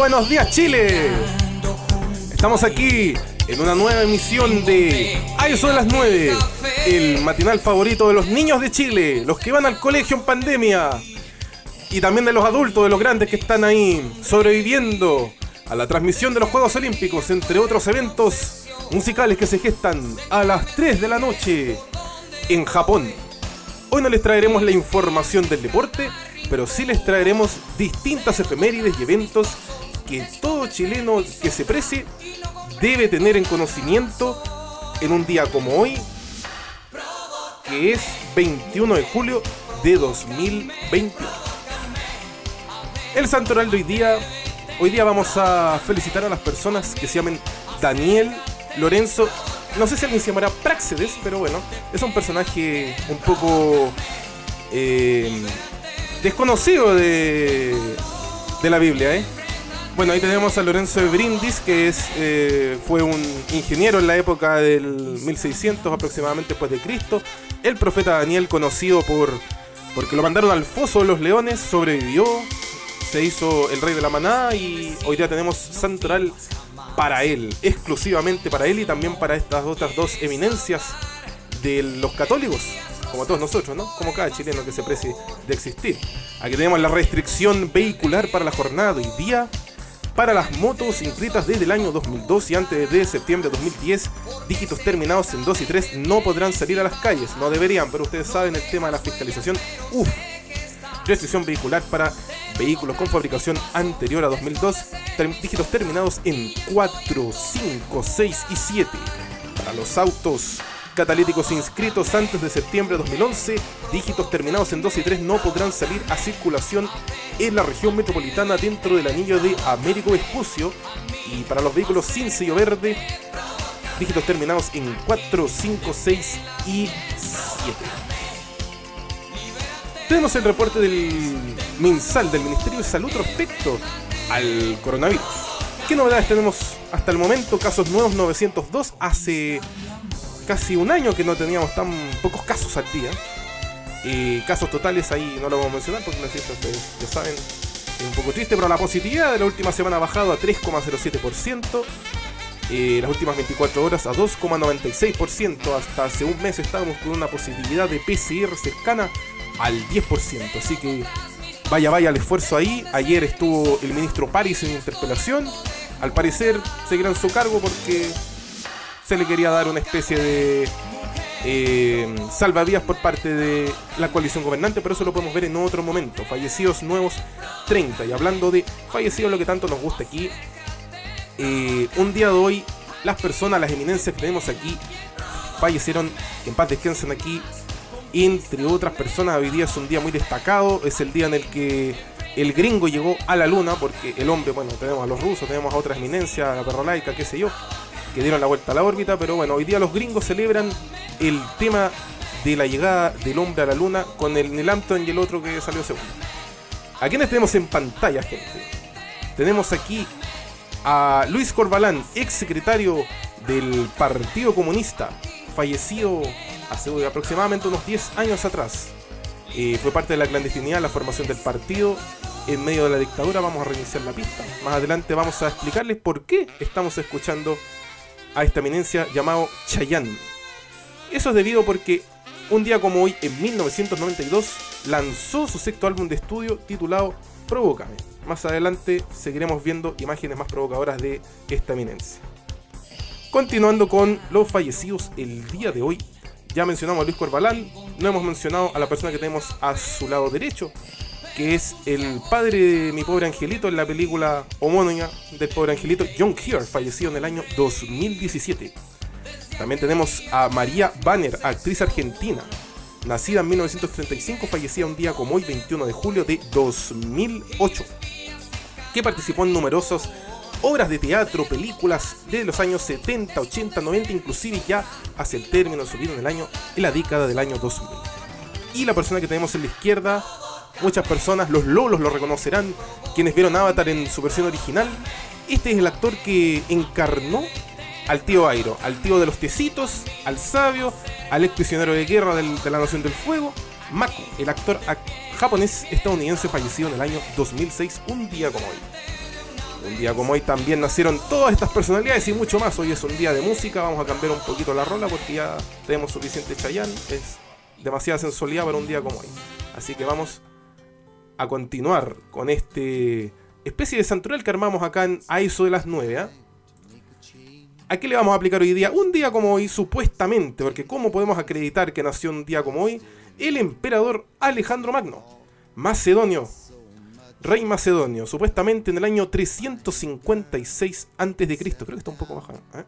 buenos días, Chile. Estamos aquí en una nueva emisión de A eso de las 9, el matinal favorito de los niños de Chile, los que van al colegio en pandemia, y también de los adultos, de los grandes que están ahí sobreviviendo a la transmisión de los Juegos Olímpicos, entre otros eventos musicales que se gestan a las 3 de la noche en Japón. Hoy no les traeremos la información del deporte, pero sí les traeremos distintas efemérides y eventos que todo chileno que se precie debe tener en conocimiento en un día como hoy, que es 21 de julio de 2021. El santoral de hoy día vamos a felicitar a las personas que se llamen Daniel, Lorenzo, no sé si alguien se llamará Práxedes, pero bueno, es un personaje un poco desconocido de la Biblia, Bueno, ahí tenemos a Lorenzo de Brindis, que fue un ingeniero en la época del 1600 aproximadamente después de Cristo. El profeta Daniel, conocido porque lo mandaron al foso de los leones, sobrevivió, se hizo el rey de la manada, y hoy día tenemos santoral para él, exclusivamente para él, y también para estas otras dos eminencias de los católicos, como todos nosotros, ¿no? Como cada chileno que se precie de existir. Aquí tenemos la restricción vehicular para la jornada de hoy día. Para las motos inscritas desde el año 2002 y antes de septiembre de 2010, dígitos terminados en 2 y 3 no podrán salir a las calles. No deberían, pero ustedes saben el tema de la fiscalización. Restricción vehicular para vehículos con fabricación anterior a 2002, dígitos terminados en 4, 5, 6 y 7. Para los autos catalíticos inscritos antes de septiembre de 2011, dígitos terminados en 2 y 3 no podrán salir a circulación en la región metropolitana dentro del anillo de Américo Vespucio. Y para los vehículos sin sello verde, dígitos terminados en 4, 5, 6 y 7. Tenemos el reporte del MinSal, del Ministerio de Salud, respecto al coronavirus. ¿Qué novedades tenemos hasta el momento? Casos nuevos 902, hace casi un año que no teníamos tan pocos casos al día. Casos totales ahí no lo vamos a mencionar porque no sé si ustedes ya saben, es un poco triste, pero la positividad de la última semana ha bajado a 3,07%, las últimas 24 horas a 2,96%, hasta hace un mes estábamos con una positividad de PCR cercana al 10%, así que vaya el esfuerzo ahí. Ayer estuvo el ministro París en interpelación, al parecer seguirá en su cargo porque se le quería dar una especie de salvavidas por parte de la coalición gobernante, pero eso lo podemos ver en otro momento. Fallecidos nuevos 30, y hablando de fallecidos, lo que tanto nos gusta aquí, un día de hoy las personas, las eminencias que tenemos aquí fallecieron, que en paz descansen aquí. Entre otras personas, hoy día es un día muy destacado, es el día en el que el gringo llegó a la luna, porque el hombre, bueno, tenemos a los rusos, tenemos a otras eminencias, a la perrolaica, qué sé yo, que dieron la vuelta a la órbita, pero bueno, hoy día los gringos celebran el tema de la llegada del hombre a la luna con el Neil Armstrong y el otro que salió segundo. ¿A quiénes tenemos en pantalla, gente? Tenemos aquí a Luis Corbalán, ex secretario del Partido Comunista, fallecido hace aproximadamente unos 10 años atrás. Fue parte de la clandestinidad, la formación del partido en medio de la dictadura. Vamos a reiniciar la pista. Más adelante vamos a explicarles por qué estamos escuchando a esta eminencia llamado Chayanne. Eso es debido porque un día como hoy, en 1992, lanzó su sexto álbum de estudio titulado Provócame. Más adelante seguiremos viendo imágenes más provocadoras de esta eminencia. Continuando con los fallecidos el día de hoy, ya mencionamos a Luis Corbalán, no hemos mencionado a la persona que tenemos a su lado derecho, que es el padre de Mi Pobre Angelito en la película homónima del Pobre Angelito, John Heard, fallecido en el año 2017. También tenemos a María Banner, actriz argentina, nacida en 1935, fallecida un día como hoy, 21 de julio de 2008, que participó en numerosas obras de teatro, películas de los años 70, 80, 90, inclusive ya hacia el término de su vida en la década del año 2000. Y la persona que tenemos en la izquierda, muchas personas, los lolos lo reconocerán, quienes vieron Avatar en su versión original. Este es el actor que encarnó al tío Airo, al tío de los tecitos, al sabio, al ex prisionero de guerra de la Nación del Fuego, Mako, el actor japonés estadounidense fallecido en el año 2006, un día como hoy. Un día como hoy también nacieron todas estas personalidades y mucho más. Hoy es un día de música, vamos a cambiar un poquito la rola porque ya tenemos suficiente Chayanne. Es demasiada sensualidad para un día como hoy. Así que vamos a continuar con este especie de santoral que armamos acá a eso de las 9, ¿eh? ¿A qué le vamos a aplicar hoy día? Un día como hoy, supuestamente, porque ¿cómo podemos acreditar que nació un día como hoy? El emperador Alejandro Magno, macedonio, rey macedonio, supuestamente en el año 356 a.C. Creo que está un poco bajado, ¿eh?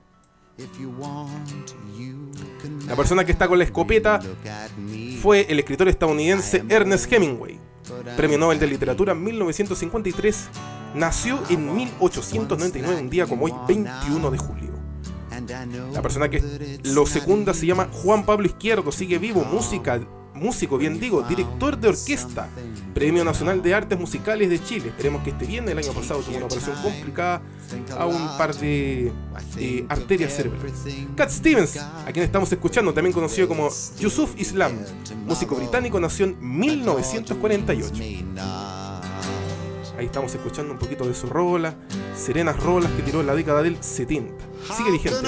La persona que está con la escopeta fue el escritor estadounidense Ernest Hemingway, premio Nobel de Literatura en 1953. Nació en 1899, un día como hoy, 21 de julio. La persona que lo secunda se llama Juan Pablo Izquierdo, sigue vivo, músico, director de orquesta, Premio Nacional de Artes Musicales de Chile. Esperemos que esté bien. El año pasado tuvo una operación complicada a un par de arterias cerebrales. Cat Stevens, a quien estamos escuchando, también conocido como Yusuf Islam, músico británico, nació en 1948. Ahí estamos escuchando un poquito de su rola, serenas rolas que tiró en la década del 70. Sigue vigente,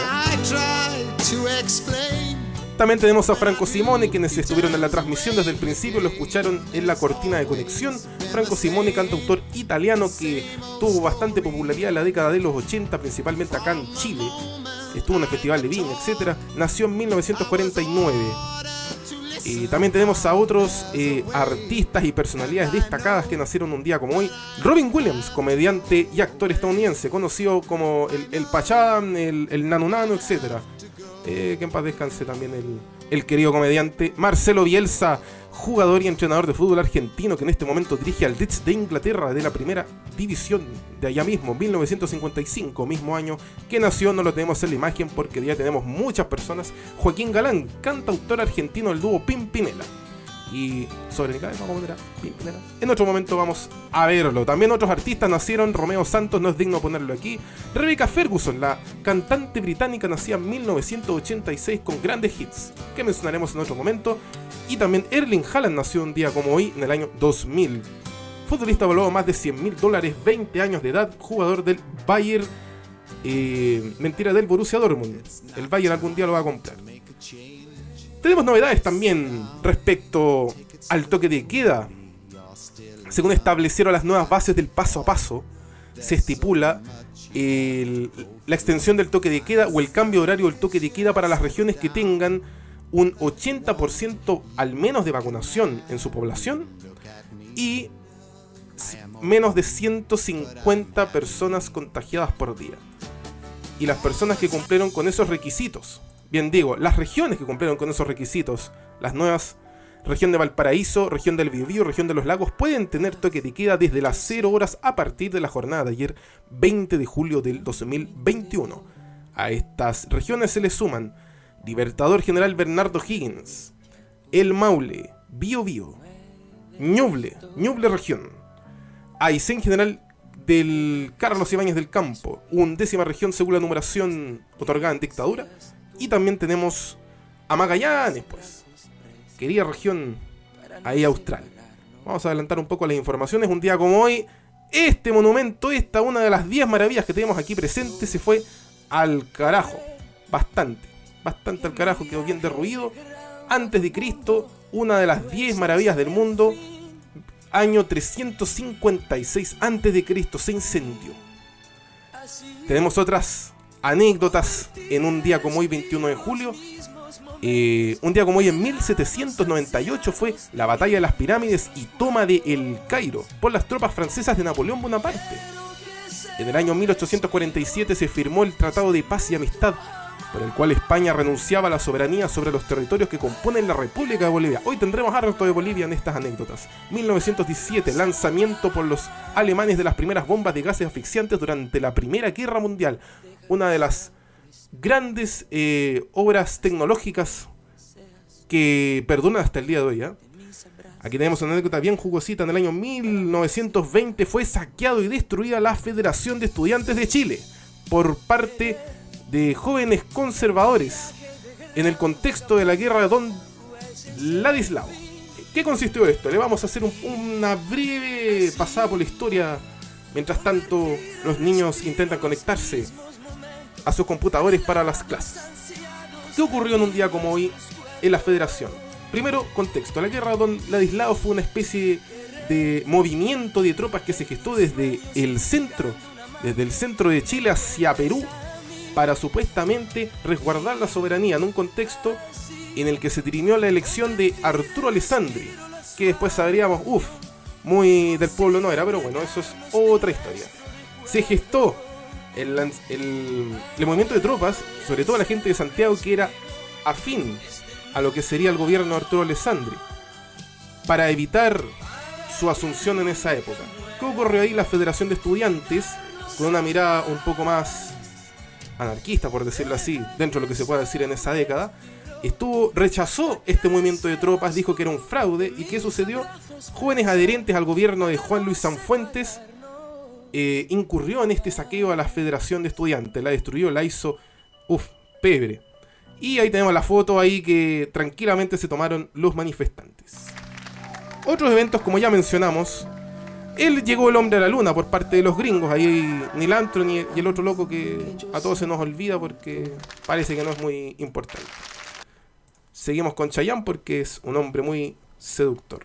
¿eh? También tenemos a Franco Simone, quienes estuvieron en la transmisión desde el principio, lo escucharon en la cortina de conexión. Franco Simone, cantautor italiano que tuvo bastante popularidad en la década de los 80, principalmente acá en Chile. Estuvo en el Festival de Viña, etc. Nació en 1949. También tenemos a otros artistas y personalidades destacadas que nacieron un día como hoy. Robin Williams, comediante y actor estadounidense, conocido como el Pachá, el Nanu Nanu, etc. Que en paz descanse también el querido comediante. Marcelo Bielsa, jugador y entrenador de fútbol argentino, que en este momento dirige al Leeds de Inglaterra de la primera división de allá mismo, 1955, mismo año que nació. No lo tenemos en la imagen porque ya tenemos muchas personas. Joaquín Galán, cantautor argentino del dúo Pimpinela. Y sobre el vamos a poner a Pimpinela. En otro momento vamos a verlo. También otros artistas nacieron. Romeo Santos, no es digno ponerlo aquí. Rebecca Ferguson, la cantante británica, nacida en 1986 con grandes hits que mencionaremos en otro momento. Y también Erling Haaland nació un día como hoy en el año 2000. Futbolista valuado más de $100.000, 20 años de edad, jugador del Bayern, del Borussia Dortmund. El Bayern algún día lo va a comprar. Tenemos novedades también respecto al toque de queda. Según establecieron las nuevas bases del paso a paso, se estipula la extensión del toque de queda o el cambio de horario del toque de queda para las regiones que tengan un 80% al menos de vacunación en su población y menos de 150 personas contagiadas por día. Y las personas que cumplieron con esos requisitos, bien digo, las regiones que cumplieron con esos requisitos, las nuevas, región de Valparaíso, región del Biobío, región de los Lagos, pueden tener toque de queda desde las 0 horas a partir de la jornada de ayer, 20 de julio del 2021. A estas regiones se les suman Libertador General Bernardo Higgins, El Maule, Biobío, Ñuble región, Aysén General del Carlos Ibáñez del Campo, 11ª región según la numeración otorgada en dictadura. Y también tenemos a Magallanes, pues, querida región ahí austral. Vamos a adelantar un poco las informaciones. Un día como hoy, este monumento, una de las 10 maravillas que tenemos aquí presentes, se fue al carajo. Bastante al carajo, quedó bien derruido. Antes de Cristo, una de las 10 maravillas del mundo, año 356 antes de Cristo, se incendió. Tenemos otras anécdotas en un día como hoy, 21 de julio. Un día como hoy, en 1798, fue la batalla de las pirámides y toma de El Cairo por las tropas francesas de Napoleón Bonaparte. En el año 1847 se firmó el Tratado de Paz y Amistad, por el cual España renunciaba a la soberanía sobre los territorios que componen la República de Bolivia. Hoy tendremos harto de Bolivia en estas anécdotas. 1917, lanzamiento por los alemanes de las primeras bombas de gases asfixiantes durante la Primera Guerra Mundial. Una de las grandes obras tecnológicas que perduran hasta el día de hoy, ¿eh? Aquí tenemos una anécdota bien jugosita. En el año 1920 fue saqueado y destruida la Federación de Estudiantes de Chile por parte de jóvenes conservadores en el contexto de la guerra de Don Ladislao. ¿Qué consistió esto? Le vamos a hacer una breve pasada por la historia Mientras tanto, los niños intentan conectarse a sus computadores para las clases. ¿Qué ocurrió en un día como hoy en la Federación? Primero, contexto. La guerra de Don Ladislao fue una especie de movimiento de tropas que se gestó desde el centro de Chile hacia Perú, para supuestamente resguardar la soberanía en un contexto en el que se dirimió la elección de Arturo Alessandri, que después sabríamos, muy del pueblo no era, pero bueno, eso es otra historia. Se gestó el movimiento de tropas, sobre todo la gente de Santiago, que era afín a lo que sería el gobierno de Arturo Alessandri, para evitar su asunción en esa época. ¿Qué ocurrió ahí? La Federación de Estudiantes, con una mirada un poco más anarquista, por decirlo así, dentro de lo que se puede decir en esa década, rechazó este movimiento de tropas, dijo que era un fraude. ¿Y qué sucedió? Jóvenes adherentes al gobierno de Juan Luis Sanfuentes incurrió en este saqueo a la Federación de Estudiantes, la destruyó, la hizo pebre. Y ahí tenemos la foto ahí que tranquilamente se tomaron los manifestantes. Otros eventos, como ya mencionamos, llegó el hombre a la luna por parte de los gringos. Ahí Neil Armstrong y el otro loco que a todos se nos olvida porque parece que no es muy importante. Seguimos con Chayanne porque es un hombre muy seductor.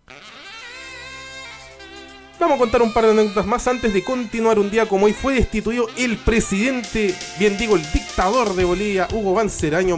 Vamos a contar un par de anécdotas más antes de continuar. Un día como hoy fue destituido el presidente, bien digo, el dictador de Bolivia, Hugo Banzer, año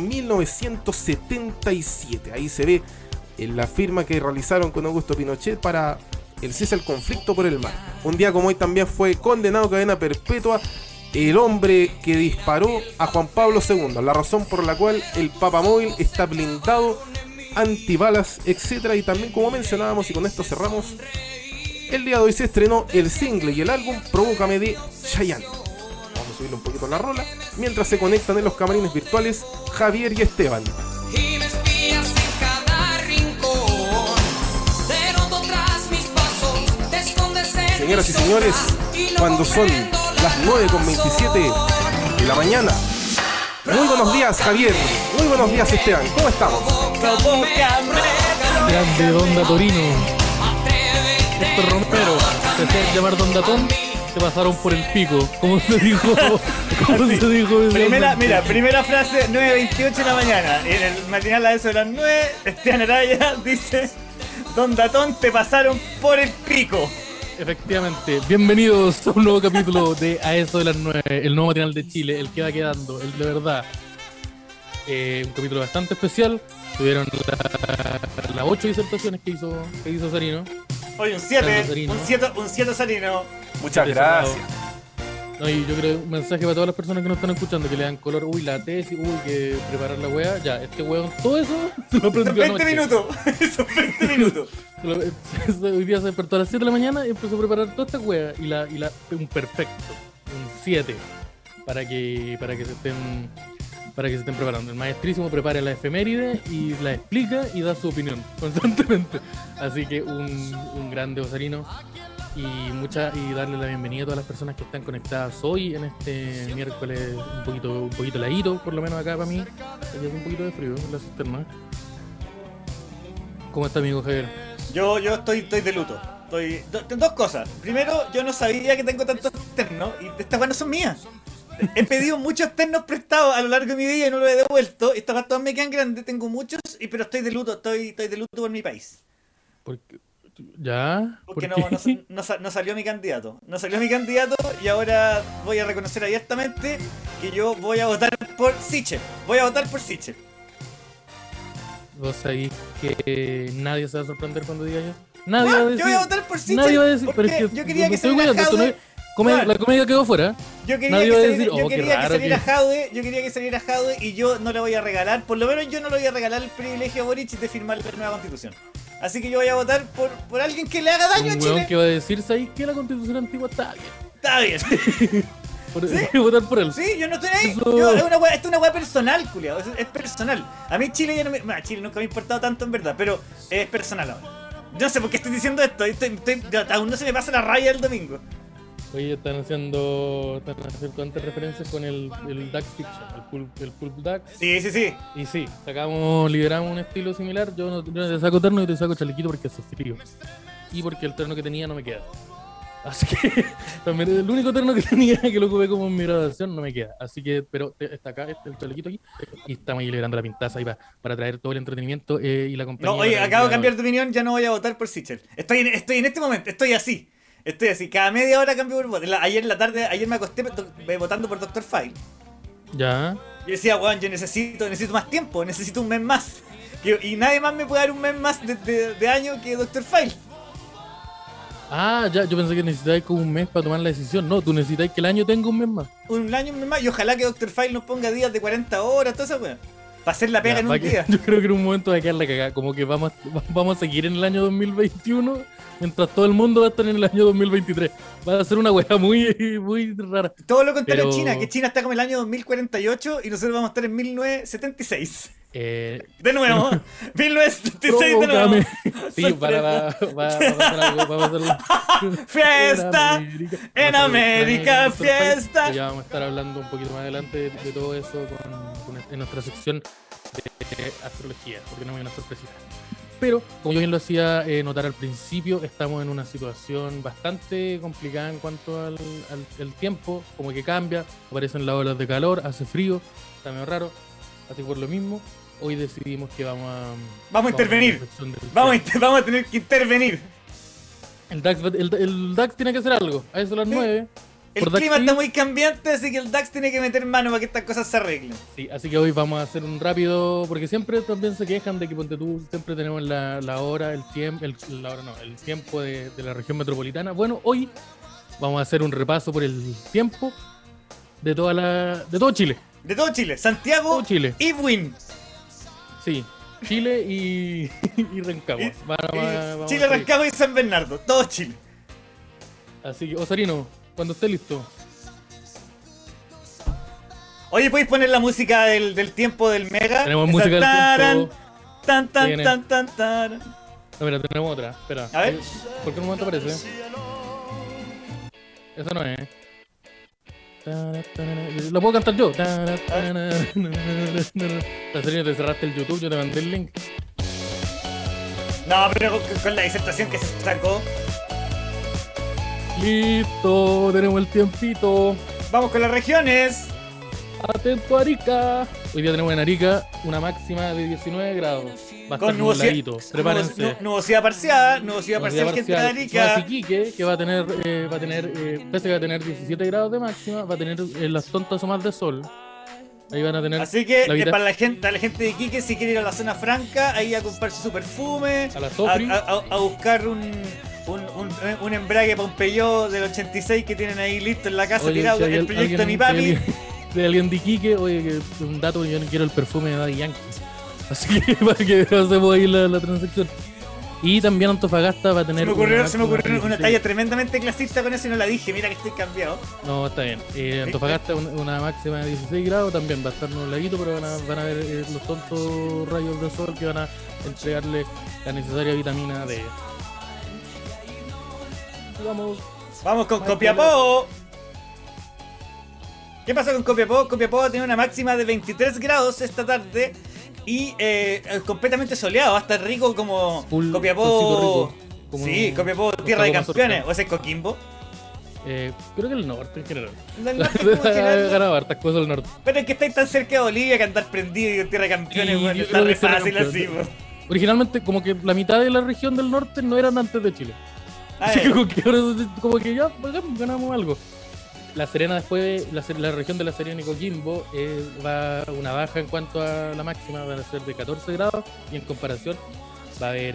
1977. Ahí se ve en la firma que realizaron con Augusto Pinochet para el cese al conflicto por el mar. Un día como hoy también fue condenado a cadena perpetua el hombre que disparó a Juan Pablo II, la razón por la cual el Papamóvil está blindado, antibalas, etc. Y también, como mencionábamos, y con esto cerramos, el día de hoy se estrenó el single y el álbum Provócame de Chayanne. Vamos a subirle un poquito la rola mientras se conectan en los camarines virtuales Javier y Esteban. Señoras y señores, cuando son las 9:27 de la mañana. Muy buenos días, Javier. Muy buenos días, Esteban. ¿Cómo estamos? Grande Don Datorino. Héctor Romero, te hacían llamar Don Datón, te pasaron por el pico. ¿Cómo se dijo? ¿Cómo se dijo? Primera frase, 9:28 de la mañana. En el matinal a eso de las 9, Esteban Araya dice: Don Datón, te pasaron por el pico. Efectivamente, bienvenidos a un nuevo capítulo de A eso de las 9, el nuevo matinal de Chile, el que va quedando, el de verdad. Un capítulo bastante especial. Tuvieron las 8 disertaciones que hizo Sarino. Oye, un 7 Sarino. Muchas gracias. No, y yo creo un mensaje para todas las personas que nos están escuchando, que le dan color, la tesis, que preparar la weá, ya, este weón, todo eso se lo aprendió anoche. 20 minutos. Hoy día se despertó a las 7 de la mañana y empezó a preparar toda esta weá, y un perfecto, un 7, para que se estén preparando. El maestrísimo prepara la efeméride y la explica y da su opinión constantemente. Así que un grande Osarino. Y darle la bienvenida a todas las personas que están conectadas hoy en este miércoles un poquito heladito, por lo menos acá para mí. Aquí hace un poquito de frío en la cisterna. ¿Cómo está, amigo Javier? Yo estoy de luto. Dos cosas. Primero, yo no sabía que tengo tantos ternos y estas cosas no son mías. He pedido muchos ternos prestados a lo largo de mi vida y no los he devuelto. Estas cosas todas me quedan grandes, tengo muchos, pero estoy de luto. Estoy de luto por mi país. ¿Ya? Porque no salió mi candidato. No salió mi candidato y ahora voy a reconocer abiertamente que yo voy a votar por Sichel. ¿Vos sabés que nadie se va a sorprender cuando diga yo? Yo voy a votar por Sichel. Nadie va a decir, porque pero es que yo quería que saliera Jadwe. La comedia quedó fuera. Yo quería que saliera Jadwe y yo no le voy a regalar, por lo menos yo no le voy a regalar el privilegio a Boric de firmar la nueva constitución. Así que yo voy a votar por alguien que le haga daño a Chile. Un weón que va a decir, ¿sabes que la constitución antigua está bien? Está bien. ¿Sí? Voy a votar por él. Sí, yo no estoy ahí. Esto es una weá personal, culiao. Es personal. A mí Chile ya no me... Chile nunca me ha importado tanto en verdad, pero es personal ahora. No sé por qué estoy diciendo esto. Aún no se me pasa la raya del domingo. Oye, están haciendo tantas referencias con el Dax Fiction, el Pulp Dax. Sí. Y sí, liberamos un estilo similar. Yo no te saco terno y te saco chalequito porque hace frío. Y porque el terno que tenía no me queda. Así que también el único terno que tenía que lo ocupé como en mi graduación no me queda. Así que, pero está acá, el chalequito aquí, y estamos ahí liberando la pintaza ahí para traer todo el entretenimiento y la compañía. No, oye, para el acabo de día cambiar hoy. de opinión, ya no voy a votar por Sichel. Estoy en este momento, estoy así. Estoy así, cada media hora cambio por voto. Ayer en la tarde, ayer me acosté votando por Dr. File. Ya. Yo decía, weón, yo necesito más tiempo, necesito un mes más. Y nadie más me puede dar un mes más de año que Dr. File. Ah, ya, yo pensé que necesitabas como un mes para tomar la decisión. No, tú necesitas que el año tenga un mes más. Un año, un mes más, y ojalá que Dr. File nos ponga días de 40 horas, toda esa weón. Para hacer la pega Ya, en va un que- día. Yo creo que en un momento va a quedar la cagada. Como que vamos a seguir en el año 2021 mientras todo el mundo va a estar en el año 2023. Va a ser una weá muy rara. Todo lo contrario Pero- en China, que China está como en el año 2048 y nosotros vamos a estar en 1976. De nuevo, 1976 de nuevo. Provócame. Sí, Sorpresa. va a pasar algo, va a pasar algo. Fiesta en América, fiesta. Ya vamos a estar hablando un poquito más adelante de todo eso en nuestra sección de astrología, porque tenemos una sorpresita. Pero, como yo bien lo hacía notar al principio, estamos en una situación bastante complicada en cuanto al tiempo, como que cambia, aparecen las olas de calor, hace frío, está medio raro, así que por lo mismo, hoy decidimos que vamos a intervenir. una reflexión del Vamos a tener que intervenir. El DAX tiene que hacer algo, a eso a las Sí. 9. El Por DAX clima TV. está muy cambiante, así que el DAX tiene que meter mano para que estas cosas se arreglen. Sí, así que hoy vamos a hacer un rápido, porque siempre también se quejan de que ponte tú, siempre tenemos la hora, el tiempo, el tiempo de la región metropolitana. Bueno, hoy vamos a hacer un repaso por el tiempo de de todo Chile. De todo Chile, Santiago Todo Chile. y Buin. Sí, Chile y, y Rancagua. Vamos Chile, a seguir. Rancagua y San Bernardo, todo Chile. Así que, Osarino, cuando esté listo. Oye, ¿podéis poner la música del tiempo del Mega? Tenemos Esa música del taran, tiempo. Tan, tan, Viene. tan, tan, tan. No, mira, tenemos otra. Espera. A ver. ¿Por qué en un momento aparece? Eso no es. Lo puedo cantar yo. La serie te cerraste el YouTube, yo te mandé el link. No, pero con la disertación que se sacó. Listo, tenemos el tiempito. Vamos con las regiones. Atento Arica. Hoy día tenemos en Arica una máxima de 19 grados. Va a Con estar nubladito. nubosidad, Prepárense. nubosidad parcial, nubosidad parcial, gente de Más Arica. Iquique, que va a tener, pese a que va a tener 17 grados de máxima, va a tener las tontas o más de sol. Ahí van a tener Así que la vida- para la gente de Iquique, si quiere ir a la zona franca, ahí a comprarse su perfume, A la Sofri. a buscar un embrague para un Peugeot del 86 que tienen ahí listo en la casa Oye, tirado, si hay el proyecto alguien- Mi Papi. si hay alguien de Iquique, oye, que un dato, yo no quiero el perfume de Daddy Yankee. Así que para que hacemos ahí la transacción. Y también Antofagasta va a tener. Se me ocurrió máxima una de 16. talla tremendamente clasista con eso y no la dije, mira que estoy cambiado. No, está bien. Antofagasta una máxima de 16 grados, también va a estar nubladito, pero van a ver los tontos rayos de sol que van a entregarle la necesaria vitamina D. Y Vamos con Ay, Copiapó. ¿Qué pasa con Copiapó? Copiapó va a tener una máxima de 23 grados esta tarde y completamente soleado. Va a estar rico como Full- Copiapó. fullcito rico, como Sí, Copiapó, los tierra de tacos campeones. mazorca. O sea, Coquimbo. Creo que el norte en general. Del norte como Ha general, ganado hartas cosas el norte. pero es que estáis tan cerca de Bolivia que andar prendido y en tierra de campeones, Y bueno, yo está creo que re tierra de fácil así, campeones. weón. Originalmente, como que la mitad de la región del norte no eran antes de Chile. A Así ver, que ahora como que ya, bacán, ganamos algo. La Serena después, la región de La Serena y Coquimbo va a una baja en cuanto a la máxima, van a ser de 14 grados y en comparación va a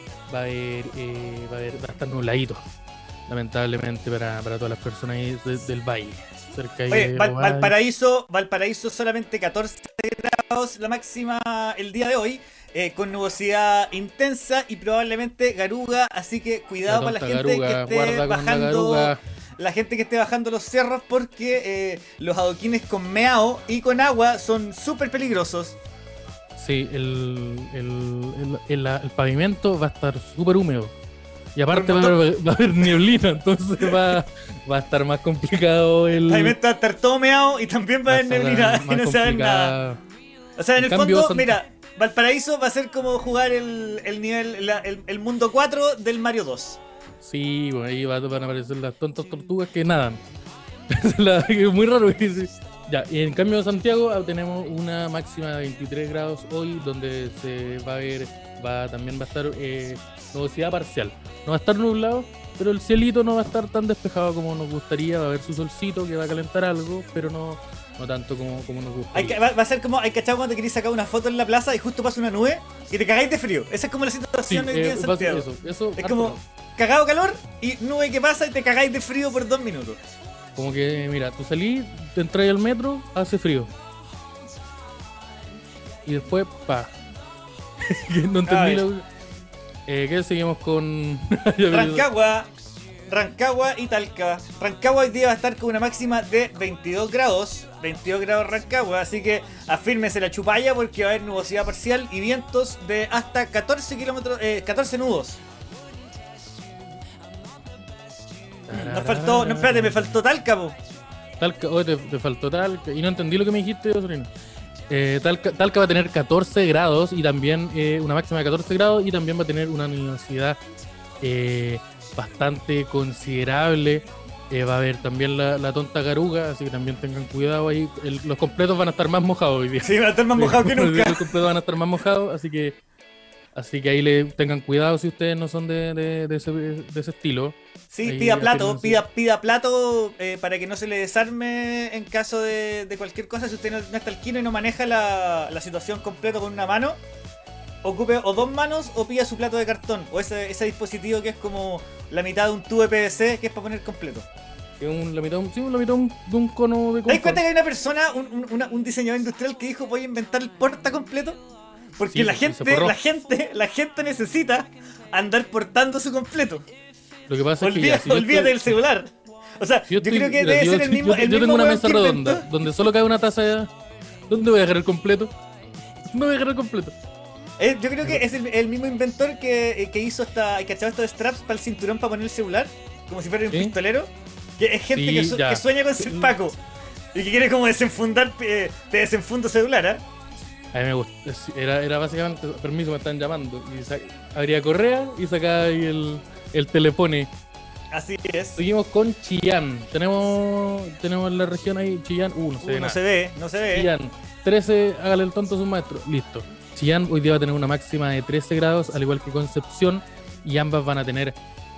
estar nubladito, lamentablemente para todas las personas ahí del valle. Cerca ahí oye, de Valparaíso solamente 14 grados la máxima el día de hoy, con nubosidad intensa y probablemente garuga, así que cuidado para la tonta gente garuga, que guarda esté con la bajando, garuga. la gente que esté bajando los cerros porque los adoquines con meao y con agua son súper peligrosos. Sí, el pavimento va a estar súper húmedo. Y aparte va a haber nieblina, entonces va a estar más complicado el. Ahí va a estar todo meao y también va a haber neblina y no se va a ver nada. O sea, en el cambio, fondo, mira, Valparaíso va a ser como jugar el nivel, el mundo 4 del Mario 2. Sí, bueno, ahí van a aparecer las tontas tortugas que nadan. Es muy raro. Ya, y en cambio en Santiago tenemos una máxima de 23 grados hoy, donde se va a ver, también va a estar nubosidad parcial. No va a estar nublado, pero el cielito no va a estar tan despejado como nos gustaría. Va a haber su solcito que va a calentar algo, pero no tanto como nos gustaría. Va a ser como, hay cachado cuando te querés sacar una foto en la plaza y justo pasa una nube y te cagáis de frío. Esa es como la situación hoy día en Santiago. Eso es como cagado calor y nube que pasa y te cagáis de frío por 2 minutos. Como que, mira, tú salís, te entras al metro, hace frío. Y después, no entendí ¿qué seguimos con? Rancagua y Talca. Rancagua hoy día va a estar con una máxima de 22 grados. 22 grados Rancagua, así que afírmese la chupalla porque va a haber nubosidad parcial y vientos de hasta 14 kilómetros, 14 nudos. Me faltó Talca, po. Talca, te faltó Talca. Y no entendí lo que me dijiste, Sorino. Talca va a tener 14 grados y también una máxima de 14 grados y también va a tener una nubosidad bastante considerable. Va a haber también la tonta caruga, así que también tengan cuidado ahí. Los completos van a estar más mojados hoy día. Sí, van a estar más mojados que nunca. Los completos van a estar más mojados, así que ahí le tengan cuidado si ustedes no son de ese estilo. Sí, ahí pida plato para que no se le desarme en caso de cualquier cosa. Si usted no está al kino y no maneja la situación completa con una mano, ocupe o 2 manos o pida su plato de cartón o ese dispositivo que es como la mitad de un tubo de PVC que es para poner completo. La mitad de un cono de confort. ¿Te das cuenta que hay una persona, un diseñador industrial que dijo voy a inventar el porta completo? Porque sí, la gente necesita andar portando su completo. Lo que pasa es que olvídate del celular. O sea, yo creo que debe ser el mismo. Yo tengo una mesa redonda donde solo cabe una taza. ¿Dónde voy a dejar el completo? No voy a dejar el completo. Yo creo que es el mismo inventor que hizo ¿cachado estos straps para el cinturón para poner el celular? Como si fuera un pistolero. Que es gente que sueña con ser Paco y que quiere como desenfundar, te desenfundo celular, ¿eh? A mí me gusta. Era básicamente, permiso, me están llamando. Y abría correa y sacaba ahí el telepone. Así es. Seguimos con Chillán. Tenemos la región ahí, Chillán. No se ve. Chillán, 13, hágale el tonto a su maestro. Listo. Chillán hoy día va a tener una máxima de 13 grados, al igual que Concepción. Y ambas van a tener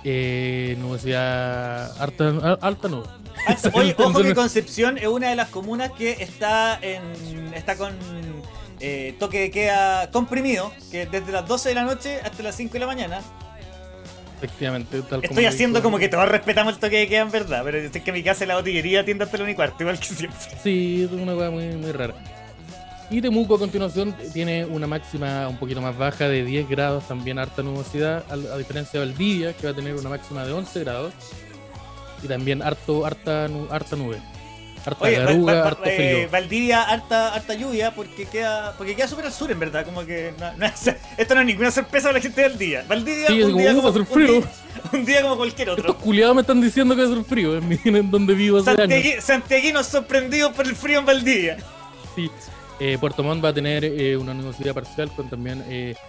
nubosidad alta nube. Oye, ojo que Concepción es una de las comunas que está con toque de queda comprimido, que desde las 12 de la noche hasta las 5 de la mañana. Efectivamente, tal Estoy haciendo como que todos respetamos el toque de queda en verdad, pero es que mi casa es la botillería tiende hasta el 1:15, igual que siempre. Sí, es una cosa muy, muy rara. Y Temuco a continuación tiene una máxima un poquito más baja de 10 grados, también harta nubosidad, a diferencia de Valdivia, que va a tener una máxima de 11 grados. Y también harta nube. Harta garuga, harto frío. Valdivia, harta lluvia, porque queda súper al sur, en verdad. Como que esto no es ninguna sorpresa para la gente de Valdivia. Valdivia, sí, un día como cualquier otro. Estos culiados me están diciendo que va a ser frío en donde vivo hace años. Santiaguinos sorprendidos por el frío en Valdivia. Sí. Puerto Montt va a tener una nubosidad parcial con también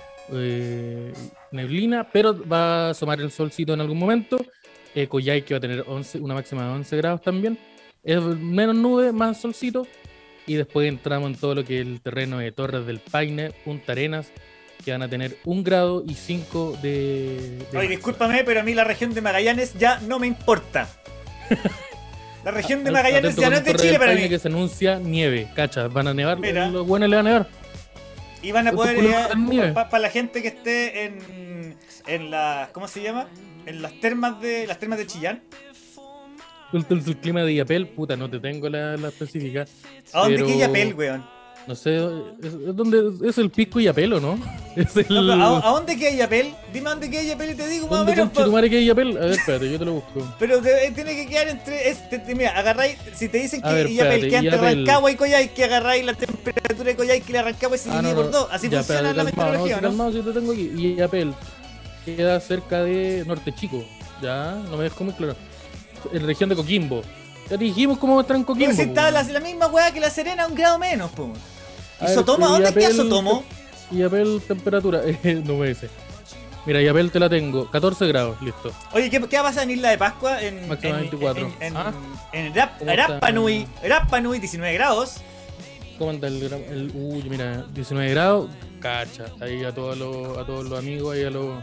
neblina, pero va a asomar el solcito en algún momento. Coyhaique va a tener una máxima de 11 grados también. Es menos nube, más solcito. Y después entramos en todo lo que es el terreno de Torres del Paine, Punta Arenas, que van a tener 1 grado y 5 de Oye, discúlpame, pero a mí la región de Magallanes ya no me importa. La región de Magallanes ya no es de Chile para mí. Que se anuncia nieve, cacha, van a nevar, mira, los buenos le van a nevar. Y van a poder, para la gente que esté en las, ¿cómo se llama? En las termas de Chillán. El clima de Illapel, puta, no te tengo la específica. ¿A dónde queda Illapel, weón? No sé, ¿es el Pisco Illapel o no? ¿A dónde queda Illapel? Dime a dónde queda Illapel y te digo más o menos. ¿Dónde queda Illapel? A ver, espérate, yo te lo busco. Pero tiene que quedar entre... mira, agarráis... Si te dicen que Illapel queda entre Rancagua y Coyhaique, agarráis la temperatura de Coyhaique y la Rancagua y se divide por 2. Así funciona la meteorología, ¿no? Calmado, si te tengo aquí. Illapel queda cerca de Norte Chico. Ya, no me dejo muy claro. En región de Coquimbo. Ya te dijimos cómo va a estar en Coquimbo. Pero si está la misma weá que La Serena, 1 grado menos, po. ¿Y Sotomo? ¿A dónde queda Sotomo? Illapel, temperatura, no me dice. Mira, Yapel te la tengo. 14 grados, listo. Oye, ¿qué va a pasar en Isla de Pascua? Máxima 24. En ¿Cómo Rapa Nui, está? Rapa Nui, 19 grados. ¿Cómo anda uy, mira, 19 grados, cacha. Ahí a todos los amigos, ahí a los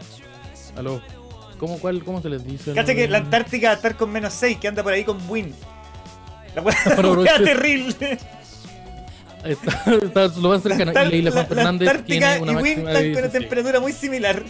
¿cómo se les dice? Cacha que la Antártica va a estar con -6, que anda por ahí con wind. La weá terrible. Está lo más cercano. Y la isla Juan Fernández la Antártica tiene una y wind máxima están de con una 16. temperatura muy similar.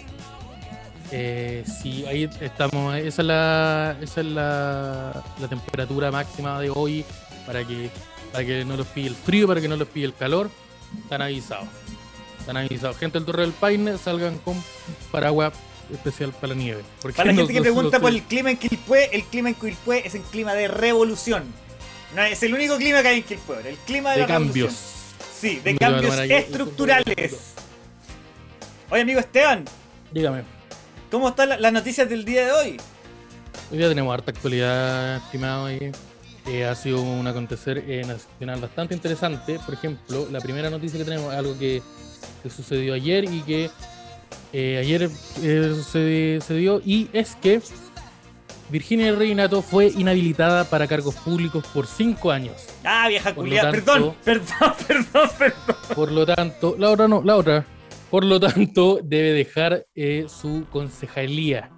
Sí, ahí estamos. Esa es la temperatura máxima de hoy para que no los pille el frío, para que no los pille el calor. Están avisados. Gente del Torre del Paine, salgan con paraguas especial para la nieve. Para la gente que pregunta por el clima en Quilpué es el clima de revolución. No es el único clima que hay en Quilpué, el clima de la cambios. revolución. Sí, de cambios estructurales. Oye, amigo Esteban, Dígame. ¿cómo están las noticias del día de hoy? Hoy día tenemos harta actualidad, estimado. Ha sido un acontecer nacional bastante interesante. Por ejemplo, la primera noticia que tenemos es algo que sucedió ayer y que ayer se dio, y es que Virginia Reginato fue inhabilitada para cargos públicos por 5 años. Ah, vieja Por lo culiada, tanto- perdón. Por lo tanto, la otra. Por lo tanto, debe dejar su concejalía.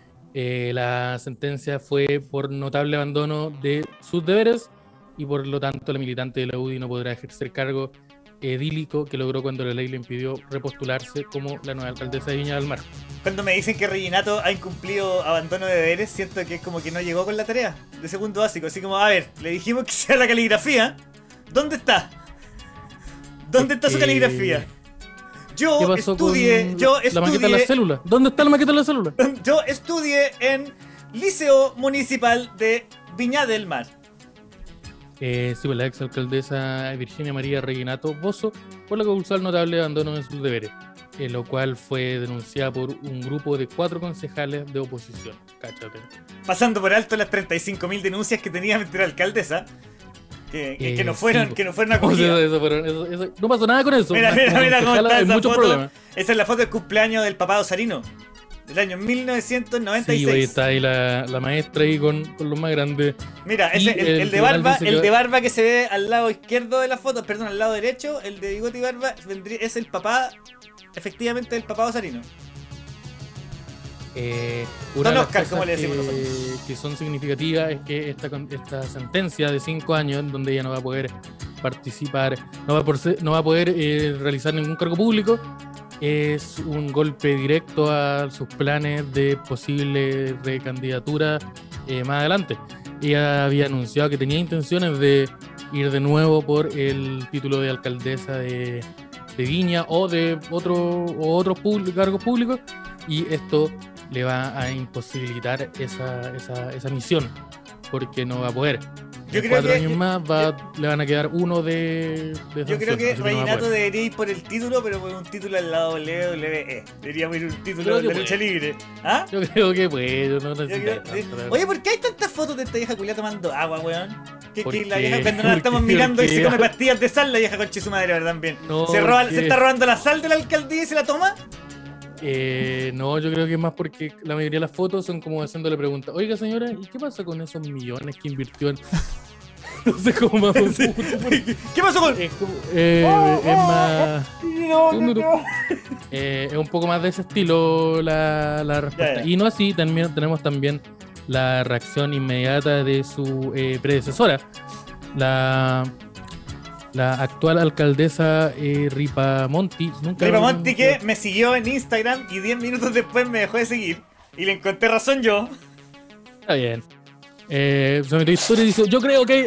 La sentencia fue por notable abandono de sus deberes y por lo tanto la militante de la UDI no podrá ejercer cargo edílico que logró cuando la ley le impidió repostularse como la nueva alcaldesa de Viña del Mar. Cuando me dicen que Reginato ha incumplido abandono de deberes, siento que es como que no llegó con la tarea de segundo básico. Así como, a ver, le dijimos que sea la caligrafía. ¿Dónde está? ¿Dónde está su caligrafía? ¿Qué pasó con la maqueta de la célula? ¿Dónde está la maqueta de la célula? Yo estudié en Liceo Municipal de Viña del Mar. Sí, pues la exalcaldesa Virginia María Reginato Bozo por la causal notable abandono de sus deberes, lo cual fue denunciada por un grupo de 4 concejales de oposición. Cáchate. Pasando por alto las 35.000 denuncias que tenía frente a la alcaldesa. Que no fueron acogidas. Eso, no pasó nada con eso. Mira cómo está Hay esa muchos foto. problemas. Esa es la foto del cumpleaños del papá Osarino, del año 1996. Sí, güey, está ahí la maestra ahí con los más grandes. Mira, Y ese, el de tribunal barba, dice el que- de barba que se ve al lado izquierdo de la foto, perdón, al lado derecho, el de bigote y barba, es el papá, efectivamente, el papá Osarino. Una Don de las Oscar, cosas como le decimos que son significativas es que esta sentencia de 5 años, en donde ella no va a poder participar, no va a poder realizar ningún cargo público, es un golpe directo a sus planes de posible recandidatura más adelante. Ella había anunciado que tenía intenciones de ir de nuevo por el título de alcaldesa de Viña o de otros cargos públicos, y esto le va a imposibilitar esa misión, porque no va a poder. Yo En creo 4 que- años más le van a quedar uno de Yo sanción, creo que así no va a Reginato poder. debería ir por el título, pero por un título al lado WWE. Deberíamos ir un título Creo de que lucha libre. ¿Ah? Yo creo que puedo, no Yo necesita creo- tanto, la Oye, ¿por qué hay tantas fotos de esta vieja culia tomando agua, weón? Que ¿Por la qué? vieja cuando nos la ¿Por estamos qué? mirando y ¿Por se qué? come pastillas de sal, la vieja conche su madre, ¿verdad? También. No, ¿Se ¿por qué? está robando la sal de la alcaldía y se la toma? No, yo creo que es más porque la mayoría de las fotos son como haciéndole preguntas. Oiga, señora, ¿y qué pasa con esos millones que invirtió en...? No sé cómo más. ¿Qué pasó con...? Es más... No, no, no. Es un poco más de ese estilo la respuesta. Ya. Y no así, tenemos también la reacción inmediata de su predecesora, la actual alcaldesa Ripamonti. Ripamonti, que me siguió en Instagram y 10 minutos después me dejó de seguir. Y le encontré razón yo. Está bien. Se metió historia y dice: Yo creo que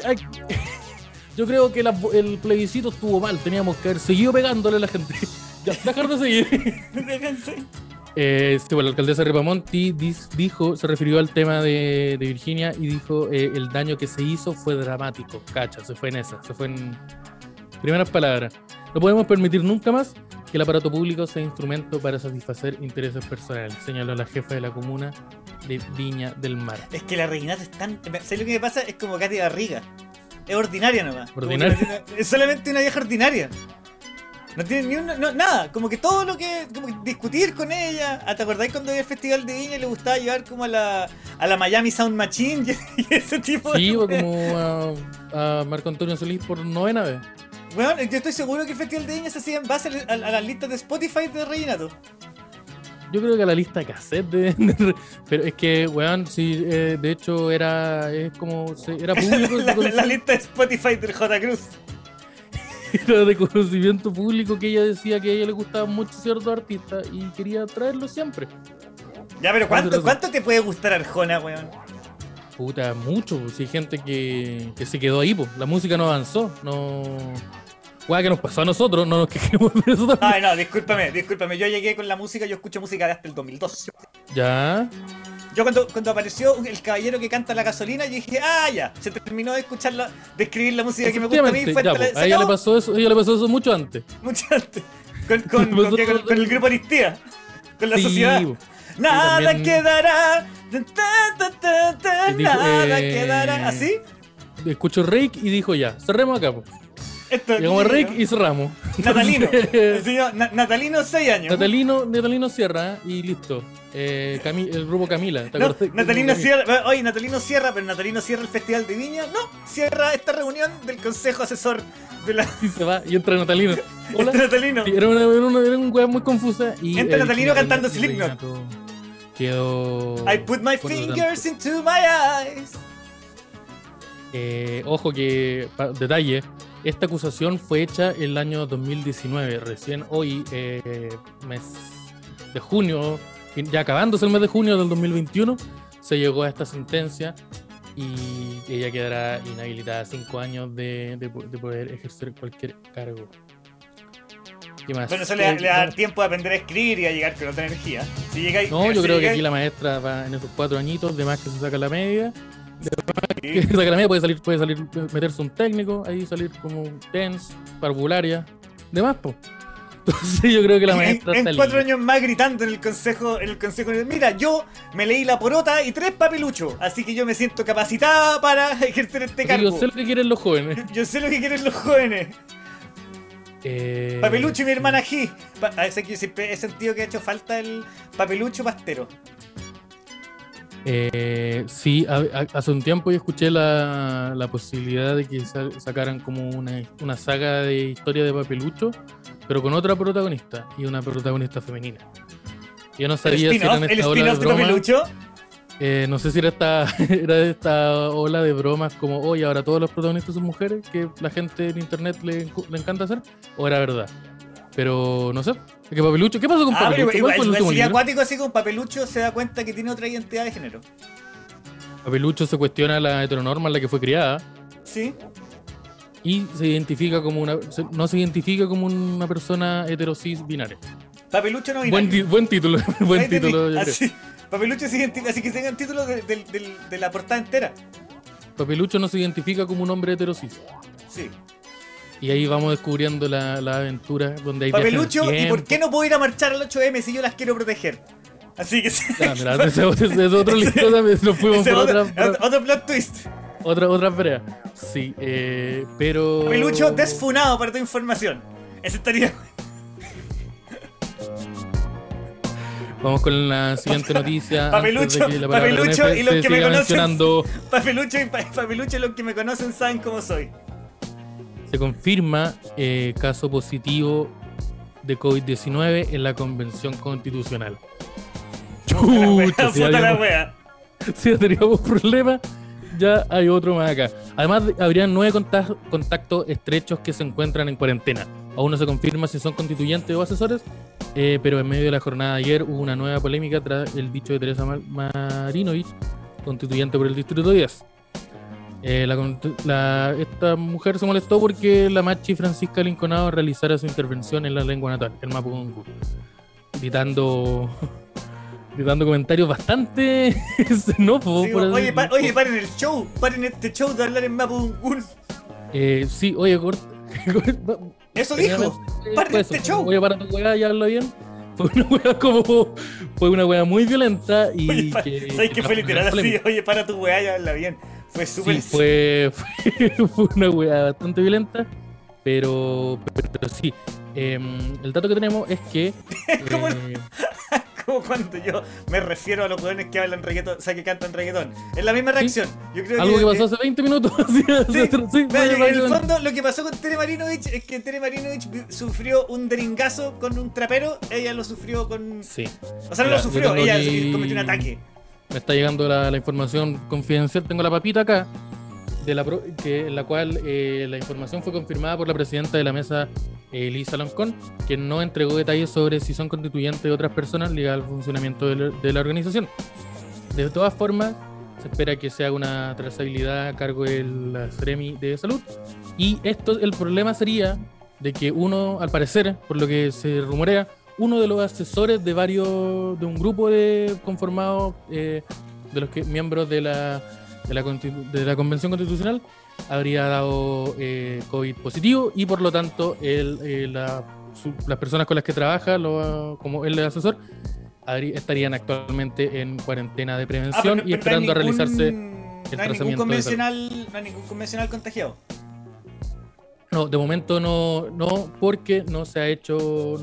el plebiscito estuvo mal. Teníamos que haber seguido pegándole a la gente. Ya, dejar de seguir. Déjense. Sí, bueno, la alcaldesa Ripamonti se refirió al tema de Virginia y dijo: el daño que se hizo fue dramático. Cacha, se fue en primeras palabras. No podemos permitir nunca más que el aparato público sea instrumento para satisfacer intereses personales, señaló la jefa de la comuna de Viña del Mar. Es que la Reginato es tan... ¿Sabes lo que me pasa? Es como Katy Barriga. Es ordinaria nomás. ¿Ordinaria? Es solamente una vieja ordinaria. No tiene ni una, nada, como que todo lo que, como que discutir con ella. ¿Te acordáis cuando iba al Festival de Viña y le gustaba llevar como a la Miami Sound Machine y ese tipo Sí, de... o como a Marco Antonio Solís por 9ª vez. Bueno, yo estoy seguro que el Festival de Viña se hacía en base a las listas de Spotify de Reginato. Yo creo que a la lista de cassette pero es que, weón, sí, de hecho era público. La lista de Spotify del J. Cruz. Era de conocimiento público que ella decía que a ella le gustaban mucho ciertos artistas y quería traerlo siempre. Ya, pero ¿cuánto te puede gustar Arjona, weón? Puta, mucho, pues, si hay gente que se quedó ahí, pues. La música no avanzó, no... Weá, que nos pasó a nosotros, no nos quejemos de eso también. Ay, no, discúlpame. Yo llegué con la música, yo escucho música de hasta el 2002. Ya. Yo cuando apareció el caballero que canta la gasolina, yo dije, ya, se terminó de escucharla, de escribir la música que me gusta a mí. Ya, pues, a ella le pasó eso mucho antes. Mucho antes. Con el grupo Aristía. Con la sociedad. Nada también... quedará. Nada quedará. ¿Así? Escuchó Rake y dijo ya, cerremos acá, pues. Llegamos a Rake y cerramos. Natalino. El señor Natalino, 6 años. Natalino cierra y listo. El grupo Camila. ¿Te acuerdas? Natalino cierra. Oye, Natalino cierra, pero Natalino cierra el Festival de Viña. No, cierra esta reunión del Consejo Asesor de la. Y se va y entra Natalino. Hola. Entra Natalino. Sí, era una weá muy confusa. Y entra Natalino cantando Slipknot. Quedó. I put my fingers into my eyes. Ojo que, detalle, esta acusación fue hecha el año 2019, recién hoy, mes de junio, ya acabándose el mes de junio del 2021, se llegó a esta sentencia y ella quedará inhabilitada 5 años de poder ejercer cualquier cargo. ¿Qué más? Bueno, eso le da tiempo de aprender a escribir y a llegar con otra energía. Yo creo que aquí la maestra va en esos 4 añitos, de más que se saca la media. Que saca la media, puede salir, meterse un técnico, ahí salir como dance, parvularia, demás, po. Entonces yo creo que la maestra está en 4 años más gritando en el consejo, mira, yo me leí la porota y 3 papeluchos, así que yo me siento capacitada para ejercer este cargo. Yo sé lo que quieren los jóvenes. Papelucho y mi hermana G. Yo siempre he sentido que ha hecho falta el papelucho pastero. Sí, hace un tiempo yo escuché la posibilidad de que sacaran como una saga de historia de Papelucho, pero con otra protagonista, y una protagonista femenina. Yo no sabía si era en esta ola de Papelucho. No sé si era esta ola de bromas como, oye, ahora todos los protagonistas son mujeres, que la gente en internet le encanta hacer, o era verdad. Pero no sé, ¿qué Papelucho? ¿Qué pasó con Papelucho? Igual sería acuático así con Papelucho se da cuenta que tiene otra identidad de género. Papelucho se cuestiona la heteronorma en la que fue criada. Sí. Y se identifica como no se identifica como una persona heterosis binaria. Papelucho no binario. Buen título. Buen título. Así, Papelucho se identifica, así que se el título de la portada entera. Papelucho no se identifica como un hombre heterosis. Sí. Y ahí vamos descubriendo la aventura donde hay Papelucho, ¿y por qué no puedo ir a marchar al 8M si yo las quiero proteger? Así que sí. Mira, ese es otro libro también, nos fuimos por otro plot twist. Otra pelea. Sí, pero... Papelucho desfunado para tu información. Ese estaría... Vamos con la siguiente noticia. Papelucho y los que me conocen. Papelucho y los que me conocen saben cómo soy. Se confirma caso positivo de COVID-19 en la Convención Constitucional. Puta la wea. Si ya teníamos problemas, ya hay otro más acá. Además, habrían 9 contactos estrechos que se encuentran en cuarentena. Aún no se confirma si son constituyentes o asesores, pero en medio de la jornada de ayer hubo una nueva polémica tras el dicho de Teresa Marinovich, constituyente por el Distrito 10. Esta mujer se molestó porque la machi Francisca Linconado realizara su intervención en la lengua natal, el Mapudungun, gritando comentarios bastante xenófobos. Sí, oye, paren el show, paren este show de hablar en Mapudungun. Sí, oye, eso dijo, paren este show. Oye, para tu weá, ya habla bien. Fue una weá muy violenta y ¿sabes qué fue literal así? Oye, para tu weá, ya habla bien. Fue súper... Sí, fue una weá bastante violenta pero sí. El dato que tenemos es que... ¿Cómo como cuando yo me refiero a los jóvenes que hablan reggaetón, o sea, que cantan reggaetón. Es la misma reacción. Yo creo algo que pasó hace 20 minutos. En el fondo, lo que pasó con Tere Marinovich es que Tere Marinovich sufrió un deringazo con un trapero. Ella lo sufrió con... Sí. O sea, no lo sufrió, ella cometió un ataque. Me está llegando la información confidencial. Tengo la papita acá, en la cual la información fue confirmada por la presidenta de la mesa, Elisa Loncón, que no entregó detalles sobre si son constituyentes de otras personas ligadas al funcionamiento de la organización. De todas formas, se espera que se haga una trazabilidad a cargo de la Seremi de Salud. Y el problema sería de que uno, al parecer, por lo que se rumorea, uno de los asesores de un grupo conformado de los miembros de la Convención Constitucional habría dado COVID positivo, y por lo tanto las personas con las que trabaja, como el asesor, estarían actualmente en cuarentena de prevención y esperando a realizarse el trazamiento. No hay ningún convencional contagiado. No, de momento no, porque no se ha hecho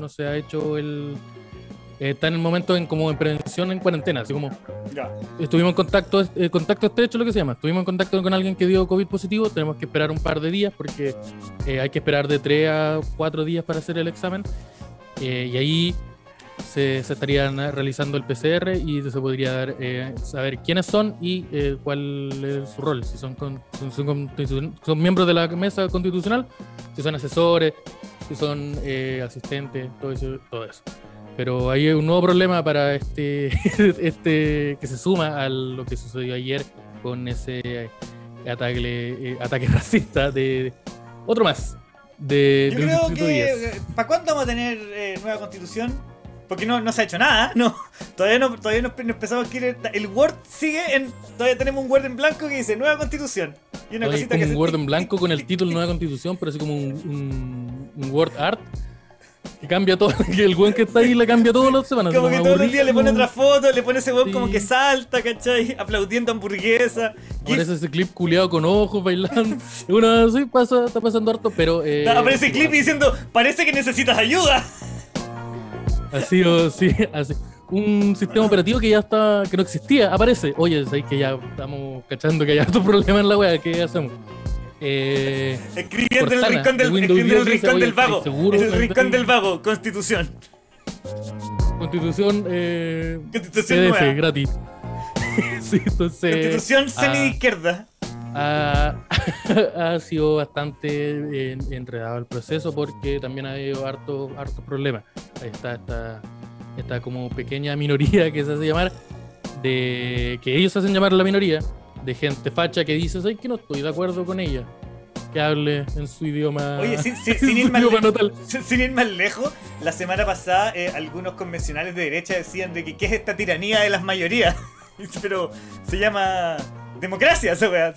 está en el momento como en prevención, en cuarentena, así como ya. Estuvimos en contacto estrecho, lo que se llama. Estuvimos en contacto con alguien que dio COVID positivo. Tenemos que esperar un par de días porque hay que esperar de 3 a 4 días para hacer el examen. Y ahí se estarían realizando el PCR y se podría saber quiénes son y cuál es su rol. Si son miembros de la mesa constitucional, si son asesores, si son asistentes, todo eso. Pero hay un nuevo problema para que se suma a lo que sucedió ayer con ese ataque racista de otro más. Yo creo que ¿para cuándo vamos a tener nueva constitución? Porque no se ha hecho nada, no. Todavía no empezamos a adquirir. El Word sigue todavía tenemos un Word en blanco que dice nueva constitución. Y una cosita que un Word en blanco con el título nueva constitución, pero así como un Word art. Que cambia todo, que el weón que está ahí le cambia todas las semanas. Como que todos los días le pone otra foto, le pone ese weón como que salta, ¿cachai? Aplaudiendo hamburguesa. Aparece ese clip culiado con ojos, bailando. Uno sí está pasando harto, pero... aparece el clip diciendo, parece que necesitas ayuda. Así. Un sistema operativo que no existía, aparece. Oye, ¿sabes que ya estamos cachando que hay harto problema en la wea? ¿Qué hacemos? Escribiendo en el rincón del vago. Es el rincón del vago. Constitución PDF, nueva. gratis. Sí, entonces, Constitución semi-izquierda. Ha sido bastante enredado el proceso porque también ha habido hartos problemas. Ahí está esta como pequeña minoría que se hace llamar, que ellos hacen llamar la minoría, de gente facha que dice, ¿sabes que no estoy de acuerdo con ella? Que hable en su idioma. Oye, sin ir más lejos, la semana pasada algunos convencionales de derecha decían de que ¿qué es esta tiranía de las mayorías? Pero se llama democracia, esa weá.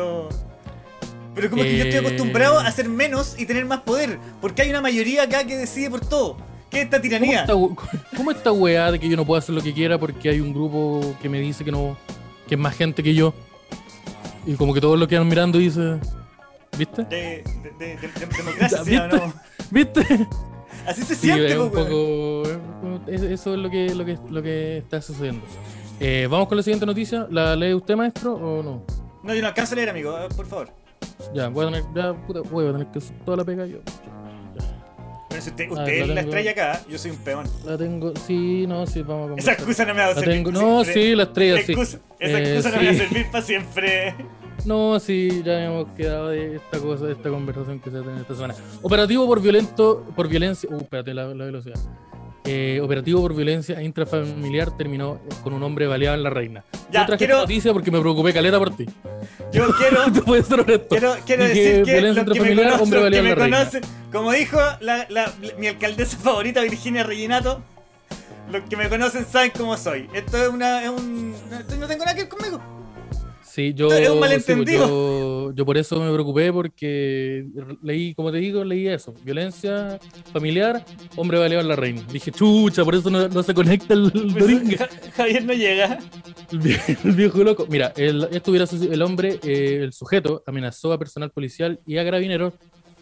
Pero como que yo estoy acostumbrado a hacer menos y tener más poder, porque hay una mayoría acá que decide por todo. ¿Qué es esta tiranía? ¿Cómo esta weá de que yo no puedo hacer lo que quiera porque hay un grupo que me dice que es más gente que yo? Y como que todos lo quedan mirando y dicen, ¿viste? De democracia, ¿sí o no? ¿Viste? Así se siente, un poco. Eso es lo que está sucediendo. Vamos con la siguiente noticia. ¿La lee usted, maestro, o no? No, yo no alcanzo a leer, amigo, por favor. Ya, voy a tener que hacer toda la pega yo. Pero si usted es la estrella acá, yo soy un peón. La tengo, sí, vamos a conversar. Esa excusa no me va a servir. No, sí, la estrella, esa excusa no me va a servir para siempre. No, sí, ya hemos quedado de esta conversación que se va a tener esta semana. Operativo por violencia. Espérate, la velocidad. Operativo por violencia intrafamiliar terminó con un hombre baleado en La Reina. Ya, yo traje esta noticia porque me preocupé caleta por ti. Yo quiero. Tú puedes ser honesto. Quiero decir que violencia intrafamiliar, hombre baleado en La Reina. Como dijo mi alcaldesa favorita, Virginia Reginato, los que me conocen saben cómo soy. Esto es no tengo nada que ver conmigo. Sí, yo, es un malentendido. Yo por eso me preocupé porque leí, como te digo, leí eso. Violencia familiar, hombre baleado en La Reina. Dije, chucha, por eso no se conecta el Doringa. Javier no llega. El viejo loco. Mira, el hombre, el sujeto, amenazó a personal policial y a carabineros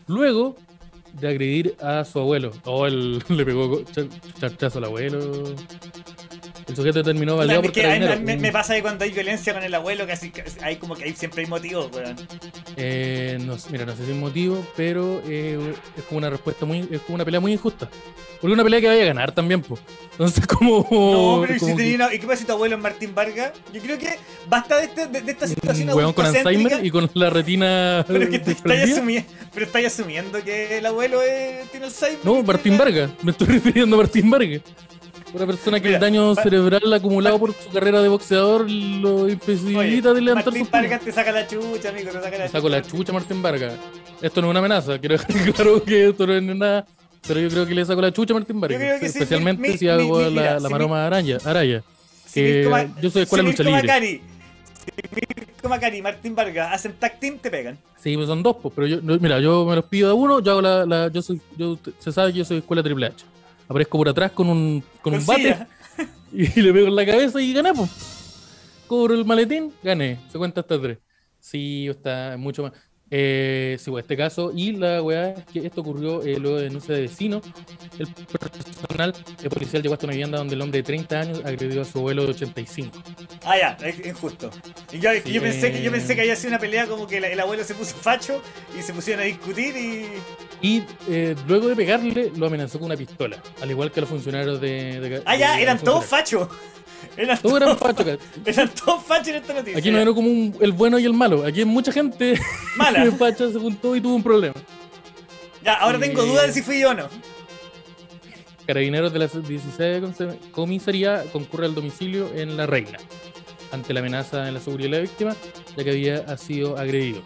luego de agredir a su abuelo. Él le pegó charchazo al abuelo. El sujeto terminó baleado por carabineros. Me pasa que cuando hay violencia con el abuelo, hay como que siempre hay motivos, weón. Mira, no sé si es motivo, pero es como una respuesta es como una pelea muy injusta. Porque una pelea que vaya a ganar también, pues. Entonces, como. No, pero ¿y qué pasa si tu abuelo es Martín Vargas? Yo creo que basta de esta situación. Un weón con Alzheimer y con la retina. Pero es que estáis asumiendo que el abuelo tiene Alzheimer. No, Martín Vargas. Me estoy refiriendo a Martín Vargas. Una persona que el daño cerebral acumulado por su carrera de boxeador lo imposibilita de levantar Martín Vargas te saca la chucha, amigo. Saco la chucha, Martín Vargas. Esto no es una amenaza. Quiero dejar claro que esto no es nada. Pero yo creo que le saco la chucha a Martín Vargas. Especialmente si hago la maroma Araya. Que yo soy de escuela de lucha libre. Si Macari y Martín Vargas hacen tag team, te pegan. Sí, pues son dos, pues. Pero yo me los pido de uno. Yo hago se sabe que yo soy de escuela Triple H. Aparezco por atrás con un bate y le pego en la cabeza y gané, pues. Cobro el maletín, gané. Se cuenta hasta 3. Sí, está mucho más. Sí, pues este caso. Y la weá es que esto ocurrió luego de denuncia de vecinos. El personal policial llegó hasta una vivienda donde el hombre de 30 años agredió a su abuelo de 85. Ah, ya, es injusto. Y yo pensé que había sido una pelea como que el abuelo se puso facho y se pusieron a discutir y luego de pegarle lo amenazó con una pistola, al igual que los funcionarios de eran todos fachos. Todos eran fachos. Eran todos fachos en esta noticia. Aquí no era como el bueno y el malo. Aquí hay mucha gente mala. Que facha se juntó y tuvo un problema. Ya, ahora tengo dudas de si fui yo o no. Carabineros de la 16 comisaría concurre al domicilio en La Reina ante la amenaza en la seguridad de la víctima, ya que había sido agredido.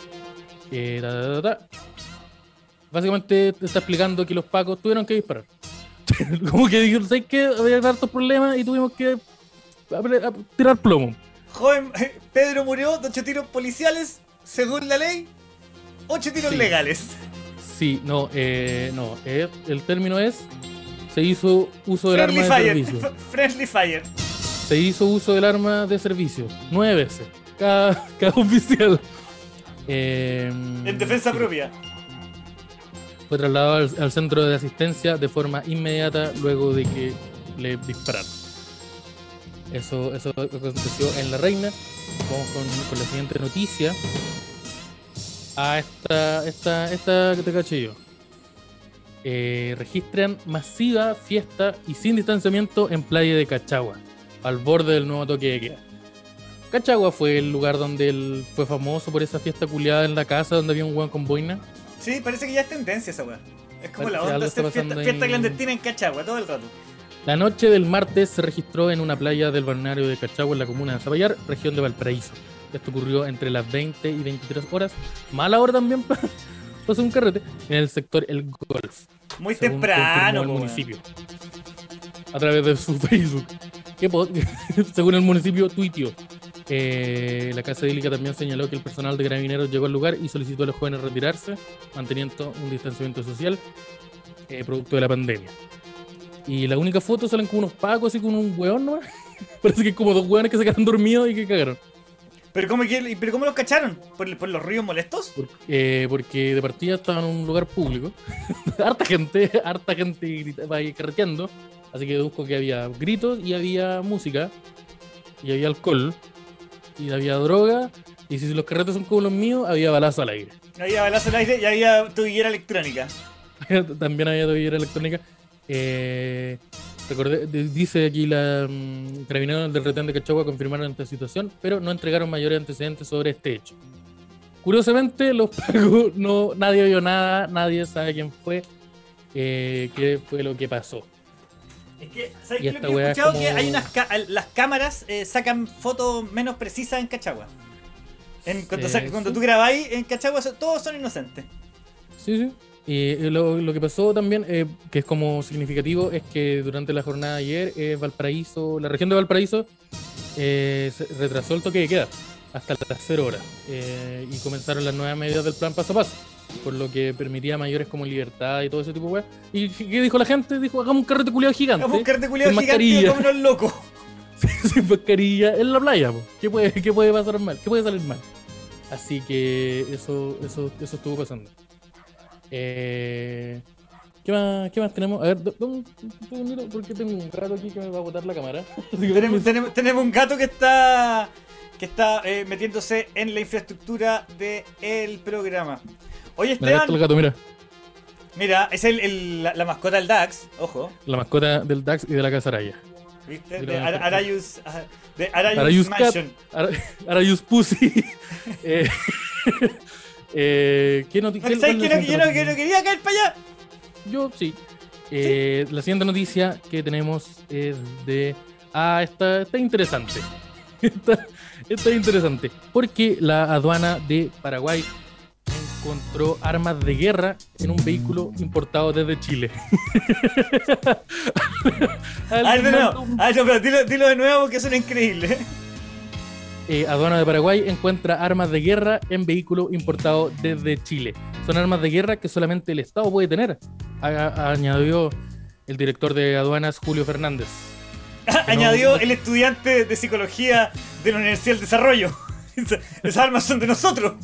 Básicamente te está explicando que los pacos tuvieron que disparar. Como que dijeron, ¿sabes qué? Había hartos problemas y tuvimos que tirar plomo. Joven Pedro murió de 8 tiros policiales, según la ley, 8 tiros legales. Sí, el término es: se hizo uso del arma de servicio. Friendly fire. Se hizo uso del arma de servicio 9 veces. Cada oficial. En defensa propia. Fue trasladado al centro de asistencia de forma inmediata luego de que le dispararon. Eso aconteció en La Reina. Vamos con la siguiente noticia. Esta que te caché yo. Registran masiva fiesta y sin distanciamiento en playa de Cachagua, al borde del nuevo toque de queda. Cachagua fue el lugar donde él fue famoso por esa fiesta culiada en la casa donde había un weón con boina. Sí, parece que ya es tendencia esa weá. Es como la onda de hacer fiesta clandestina en Cachagua todo el rato. La noche del martes se registró en una playa del balneario de Cachagua en la comuna de Zapallar, región de Valparaíso. Esto ocurrió entre las 20 y 23 horas. Mala hora también para hacer un carrete en el sector El Golf. Muy temprano, el municipio. A través de su Facebook. Según el municipio tuiteó. La Casa Edílica también señaló que el personal de Carabineros llegó al lugar y solicitó a los jóvenes retirarse, manteniendo un distanciamiento social producto de la pandemia. Y la única foto salen con unos pacos y con un hueón, ¿no? Parece que hay como dos hueones que se quedaron dormidos y que cagaron. ¿Pero cómo los cacharon? ¿Por los ruidos molestos? Porque de partida estaban en un lugar público. harta gente gritaba ahí carreteando. Así que deduzco que había gritos y había música. Y había alcohol. Y había droga. Y si los carretes son como los míos, había balazo al aire. Había balazo al aire y había tobillera electrónica. También había tobillera electrónica. Dice aquí la Carabineros del retén de Cachagua confirmaron esta situación, pero no entregaron mayores antecedentes sobre este hecho. Curiosamente, los pagos nadie vio nada, nadie sabe quién fue, qué fue lo que pasó. Es que, ¿sabes qué? Lo que he escuchado como... que hay las cámaras sacan fotos menos precisas en Cachagua. Cuando tú grabáis en Cachagua, todos son inocentes. Sí. Y lo que pasó también, que es como significativo, es que durante la jornada de ayer, Valparaíso, la región de Valparaíso, se retrasó el toque de queda hasta las 0 horas. Y comenzaron las nuevas medidas del plan paso a paso, por lo que permitía mayores como libertad y todo ese tipo de weas. ¿Y qué dijo la gente? Dijo, hagamos un carrete culiado gigante. Hagamos un carrete culiado gigante como los locos. Sin mascarilla en la playa, po. ¿Qué puede pasar mal? ¿Qué puede salir mal? Así que eso estuvo pasando. ¿Qué más tenemos? A ver, un segundito, porque tengo un gato aquí que me va a botar la cámara. Tenemos un gato que está metiéndose en la infraestructura del programa. Oye, Mira, Esteban, está el gato, mira. mira, es la mascota del DAX, ojo, La mascota del DAX y de la Casa Araya. ¿viste? Mira, De Arayus, de Arayus Arayus Cat. Mansion. Arayus Pussy. ¿Qué noticia? ¿Sabes que yo no quería caer para allá? Yo sí. La siguiente noticia que tenemos es de... está interesante. Está interesante. Porque la aduana de Paraguay encontró armas de guerra en un vehículo importado desde Chile. A ver, de nuevo. No, pero dilo de nuevo porque suena increíble. Aduana de Paraguay encuentra armas de guerra en vehículo importado desde Chile. Son armas de guerra que solamente el Estado puede tener, añadió el director de aduanas Julio Fernández. Añadió el estudiante de psicología de la Universidad del Desarrollo. Esas armas son de nosotros.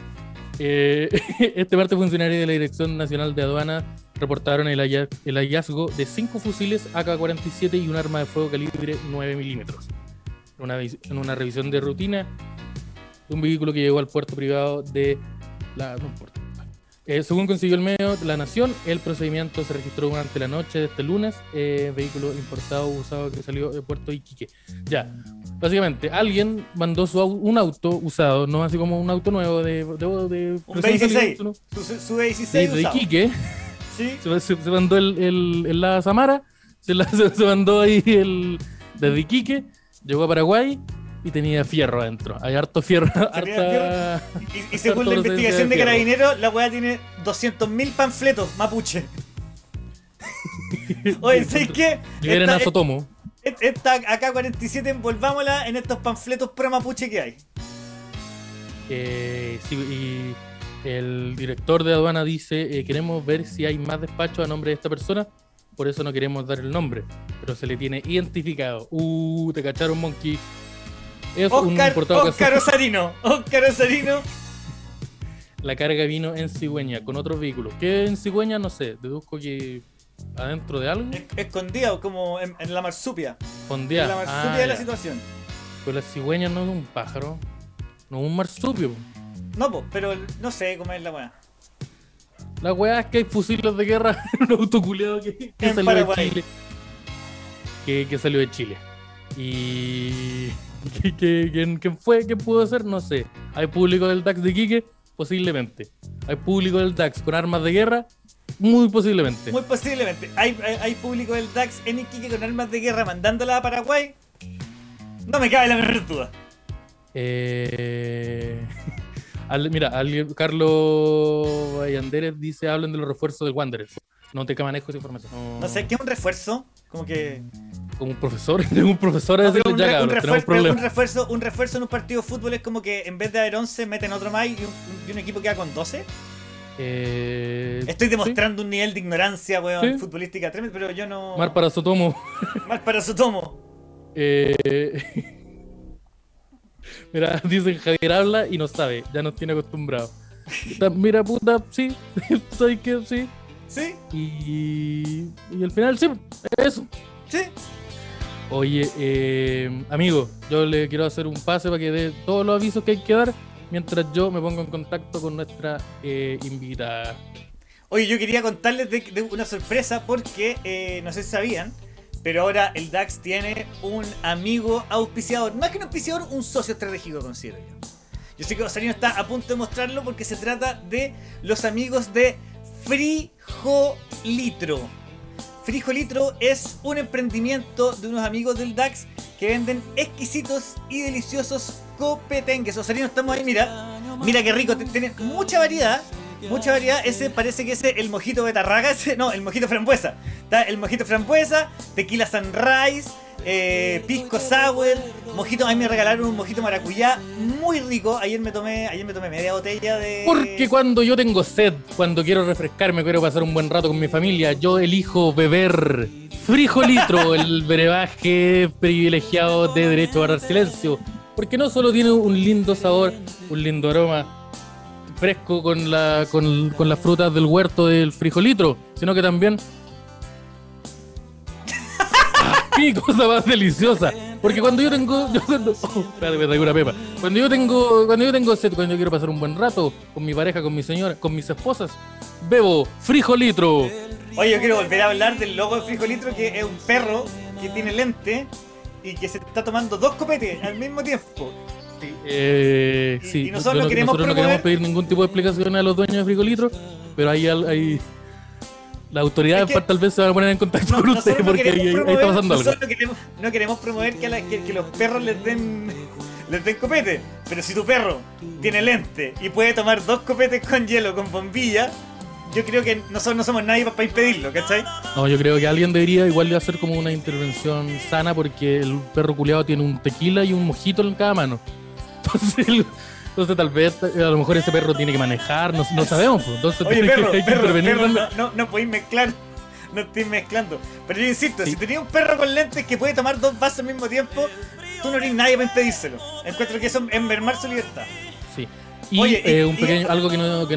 Este martes, funcionarios de la Dirección Nacional de Aduanas reportaron el hallazgo de 5 fusiles AK-47 y un arma de fuego calibre 9 milímetros. En una revisión de rutina de un vehículo que llegó al puerto privado de la... No importa. Según consiguió el medio La Nación, el procedimiento se registró durante la noche de este lunes. Vehículo importado usado que salió del puerto de Iquique. Ya, básicamente, alguien mandó un auto usado, no así como un auto nuevo de un B16, ¿no? su B16 de usado. Iquique. ¿Sí? Se mandó la Samara, se mandó ahí desde Iquique, llegó a Paraguay y tenía fierro adentro. Hay harto fierro. Y según la investigación de Carabineros, la weá tiene 200.000 panfletos mapuche. Oye, ¿sabes qué? Liberen a Sotomo. Esta AK-47 envolvámosla en estos panfletos pro mapuche que hay. Sí, y el director de aduana dice, queremos ver si hay más despachos a nombre de esta persona, por eso no queremos dar el nombre, pero se le tiene identificado. Te cacharon, Monkey. Es Oscar Osarino. La carga vino en cigüeña con otros vehículos. ¿Qué en cigüeña? No sé, deduzco que adentro de algo. Escondida, como en la marsupia. Escondida. En la marsupia de la situación. Pues la cigüeña no es un pájaro, no es un marsupio. No, pero no sé cómo es la weá. La weá es que hay fusiles de guerra en un auto culiado que salió Paraguay. de Chile. Que salió de Chile. Y... ¿Quién fue? ¿Quién pudo ser? No sé. ¿Hay público del DAX de Iquique? Posiblemente. ¿Hay público del DAX con armas de guerra? Muy posiblemente. Muy posiblemente. ¿Hay público del DAX en Iquique con armas de guerra mandándola a Paraguay? No me cabe la menor duda. Mira, Carlos Vallanderes dice, hablen de los refuerzos del Wanderers. No te manejo esa información. No sé, ¿qué es un refuerzo? Como que... Como un profesor a decirle, ya cabrón, tenemos problemas. Un refuerzo en un partido de fútbol es como que en vez de haber 11 meten otro más y un equipo queda con 12. Estoy demostrando un nivel de ignorancia, weón, futbolística tremendo, pero yo no... Mal para Sotomo. Mira, dicen Javier habla y no sabe, ya nos tiene acostumbrados. Mira, puta, sí, ¿sabes qué? Sí. ¿Sí? Y al final, sí, eso. Sí. Oye, amigo, yo le quiero hacer un pase para que dé todos los avisos que hay que dar mientras yo me pongo en contacto con nuestra invitada. Oye, yo quería contarles de una sorpresa porque, no sé si sabían, pero ahora el DAX tiene un amigo auspiciador. Más que un auspiciador, un socio estratégico, considero yo. Yo sé que Osarino está a punto de mostrarlo porque se trata de los amigos de Frijolitro. Frijolitro es un emprendimiento de unos amigos del DAX que venden exquisitos y deliciosos copetengues. Osarino, estamos ahí, mira qué rico, tiene mucha variedad. Ese parece que es el mojito betarraga, el mojito frambuesa. Está el mojito frambuesa, tequila sunrise, pisco sour, mojito. A mí me regalaron un mojito maracuyá muy rico. Ayer me tomé media botella de... Porque cuando yo tengo sed, cuando quiero refrescarme, quiero pasar un buen rato con mi familia, yo elijo beber Frijolitro, el brebaje privilegiado de derecho a guardar silencio. Porque no solo tiene un lindo sabor, un lindo aroma, fresco con las frutas del huerto del frijolitro, sino que también qué cosa más deliciosa. Porque cuando yo tengo espérate, me traigo una pepa. Cuando yo tengo sed, cuando yo quiero pasar un buen rato con mi pareja, con mi señora, con mis esposas, bebo frijolitro. Oye, yo quiero volver a hablar del logo de frijolitro, que es un perro que tiene lente y que se está tomando 2 copetes al mismo tiempo. Sí, y nosotros no queremos pedir ningún tipo de explicación a los dueños de frijolitro, pero hay las autoridades tal vez se van a poner en contacto con ustedes porque ahí está pasando algo. Nosotros no queremos promover que los perros les den copete, pero si tu perro tiene lente y puede tomar 2 copetes con hielo, con bombilla, yo creo que nosotros no somos nadie para impedirlo, ¿cachai? No, yo creo que alguien debería igual hacer como una intervención sana, porque el perro culiado tiene un tequila y un mojito en cada mano. Entonces tal vez a lo mejor ese perro tiene que manejar, no sabemos, pues. Entonces oye, perro, no podéis mezclar, no estoy mezclando. Pero yo insisto, si tenías un perro con lentes que puede tomar 2 vasos al mismo tiempo, tú no eres nadie para impedírselo. Encuentro que eso es mermar su libertad. Sí. Y oye, un pequeño algo que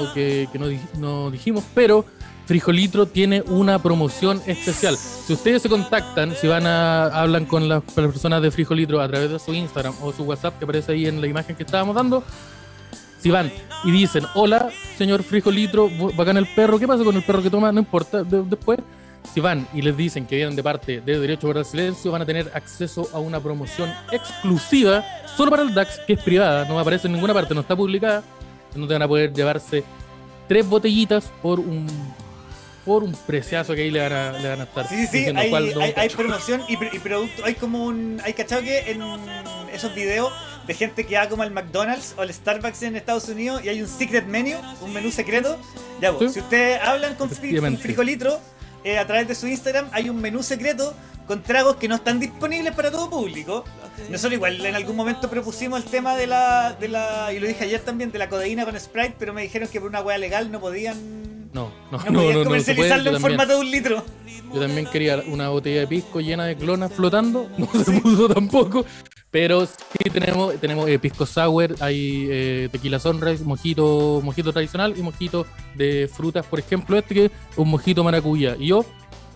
no dijimos, pero Frijolitro tiene una promoción especial. Si ustedes se contactan, si hablan con las personas de Frijolitro a través de su Instagram o su WhatsApp que aparece ahí en la imagen que estábamos dando, si van y dicen: hola, señor Frijolitro, bacán el perro, ¿qué pasa con el perro que toma? No importa, después, si van y les dicen que vienen de parte de Derecho Guardar Silencio, van a tener acceso a una promoción exclusiva solo para el DAX, que es privada, no aparece en ninguna parte, no está publicada, donde van a poder llevarse 3 botellitas por un preciazo que ahí le van a estar. Sí, hay promoción y producto. Hay cachado que en esos videos de gente que va como al McDonald's o al Starbucks en Estados Unidos y hay un secret menu, un menú secreto. Ya vos, ¿sí? Si ustedes hablan con Frijolitro a través de su Instagram, hay un menú secreto con tragos que no están disponibles para todo público. Nosotros igual en algún momento propusimos el tema de la y lo dije ayer también, de la codeína con Sprite, pero me dijeron que por una hueá legal no podían comercializarlo en formato de 1 litro. Yo también quería una botella de pisco llena de clonas flotando, no se puso tampoco, pero sí tenemos pisco sour, hay tequila sunrise, mojito tradicional y mojito de frutas, por ejemplo que es un mojito maracuyá. Y yo,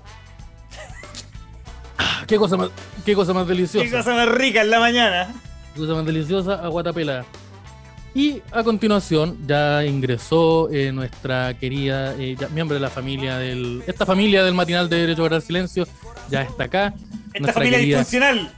qué cosa más deliciosa, qué cosa más rica en la mañana, qué cosa más deliciosa, aguatapelada. Y a continuación ya ingresó nuestra querida miembro de la familia esta familia del matinal de Derecho a Guardar Silencio, ya está acá. Esta familia disfuncional.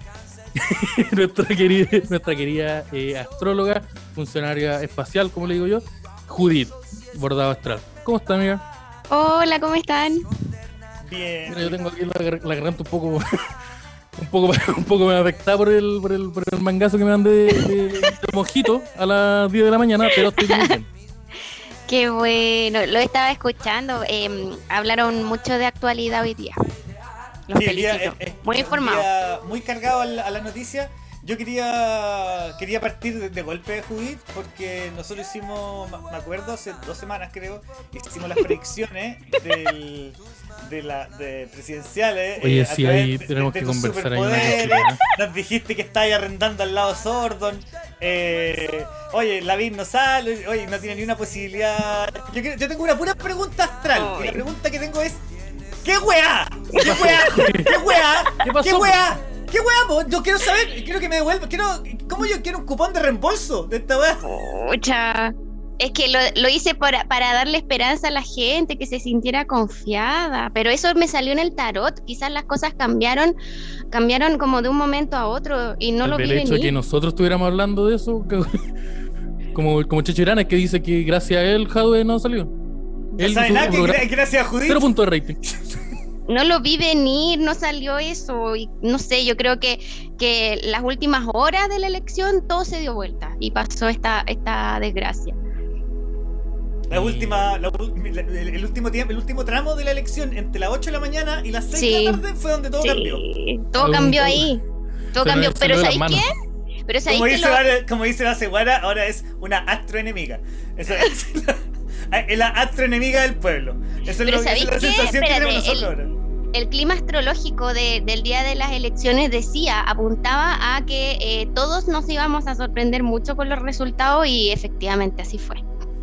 nuestra querida astróloga, funcionaria espacial, como le digo yo, Judith Bordado Astral. ¿Cómo está, amiga? Hola, ¿cómo están? Bien. Mira, yo tengo aquí la garganta un poco me afectada por el mangazo que me dan de mojito a las 10 de la mañana, pero estoy muy bien. Qué bueno, lo estaba escuchando. Hablaron mucho de actualidad hoy día. Los felicito. Muy informado. Muy cargado a la noticia. Yo quería partir de golpe, Judith, porque nosotros hicimos, me acuerdo, hace 2 semanas creo, hicimos las predicciones de presidenciales. Oye, sí, ahí tenemos que conversar ahí. Nos dijiste que estabas arrendando al lado Sordon. Oye, Lavín no sale, oye, no tiene ni una posibilidad. Yo tengo una pura pregunta astral. Y la pregunta que tengo es: ¿qué weá? ¿Qué weá? ¿Qué weá? ¿Qué weá, po? Yo quiero saber, quiero que me devuelva, ¿cómo yo quiero un cupón de reembolso de esta weá? Pucha, es que lo hice para darle esperanza a la gente, que se sintiera confiada, pero eso me salió en el tarot, quizás las cosas cambiaron como de un momento a otro y no lo vi venir. El hecho de que nosotros estuviéramos hablando de eso, como Checho Irán, que dice que gracias a él Jadwe no salió. No sabe nada, que gracias a Judith. 0 puntos de rating. No lo vi venir, no salió eso, y no sé, yo creo que las últimas horas de la elección todo se dio vuelta y pasó esta desgracia. El último tramo de la elección entre las 8 de la mañana y las 6 de la tarde fue donde todo cambió. Todo cambió ahí. Todo cambió, pero ¿sabéis qué? Pero como dice Baseguara, ahora es una astroenemiga. Esa es la astroenemiga del pueblo. Esa es la sensación que tenemos nosotros ahora. El clima astrológico del día de las elecciones apuntaba a que todos nos íbamos a sorprender mucho con los resultados y efectivamente así fue.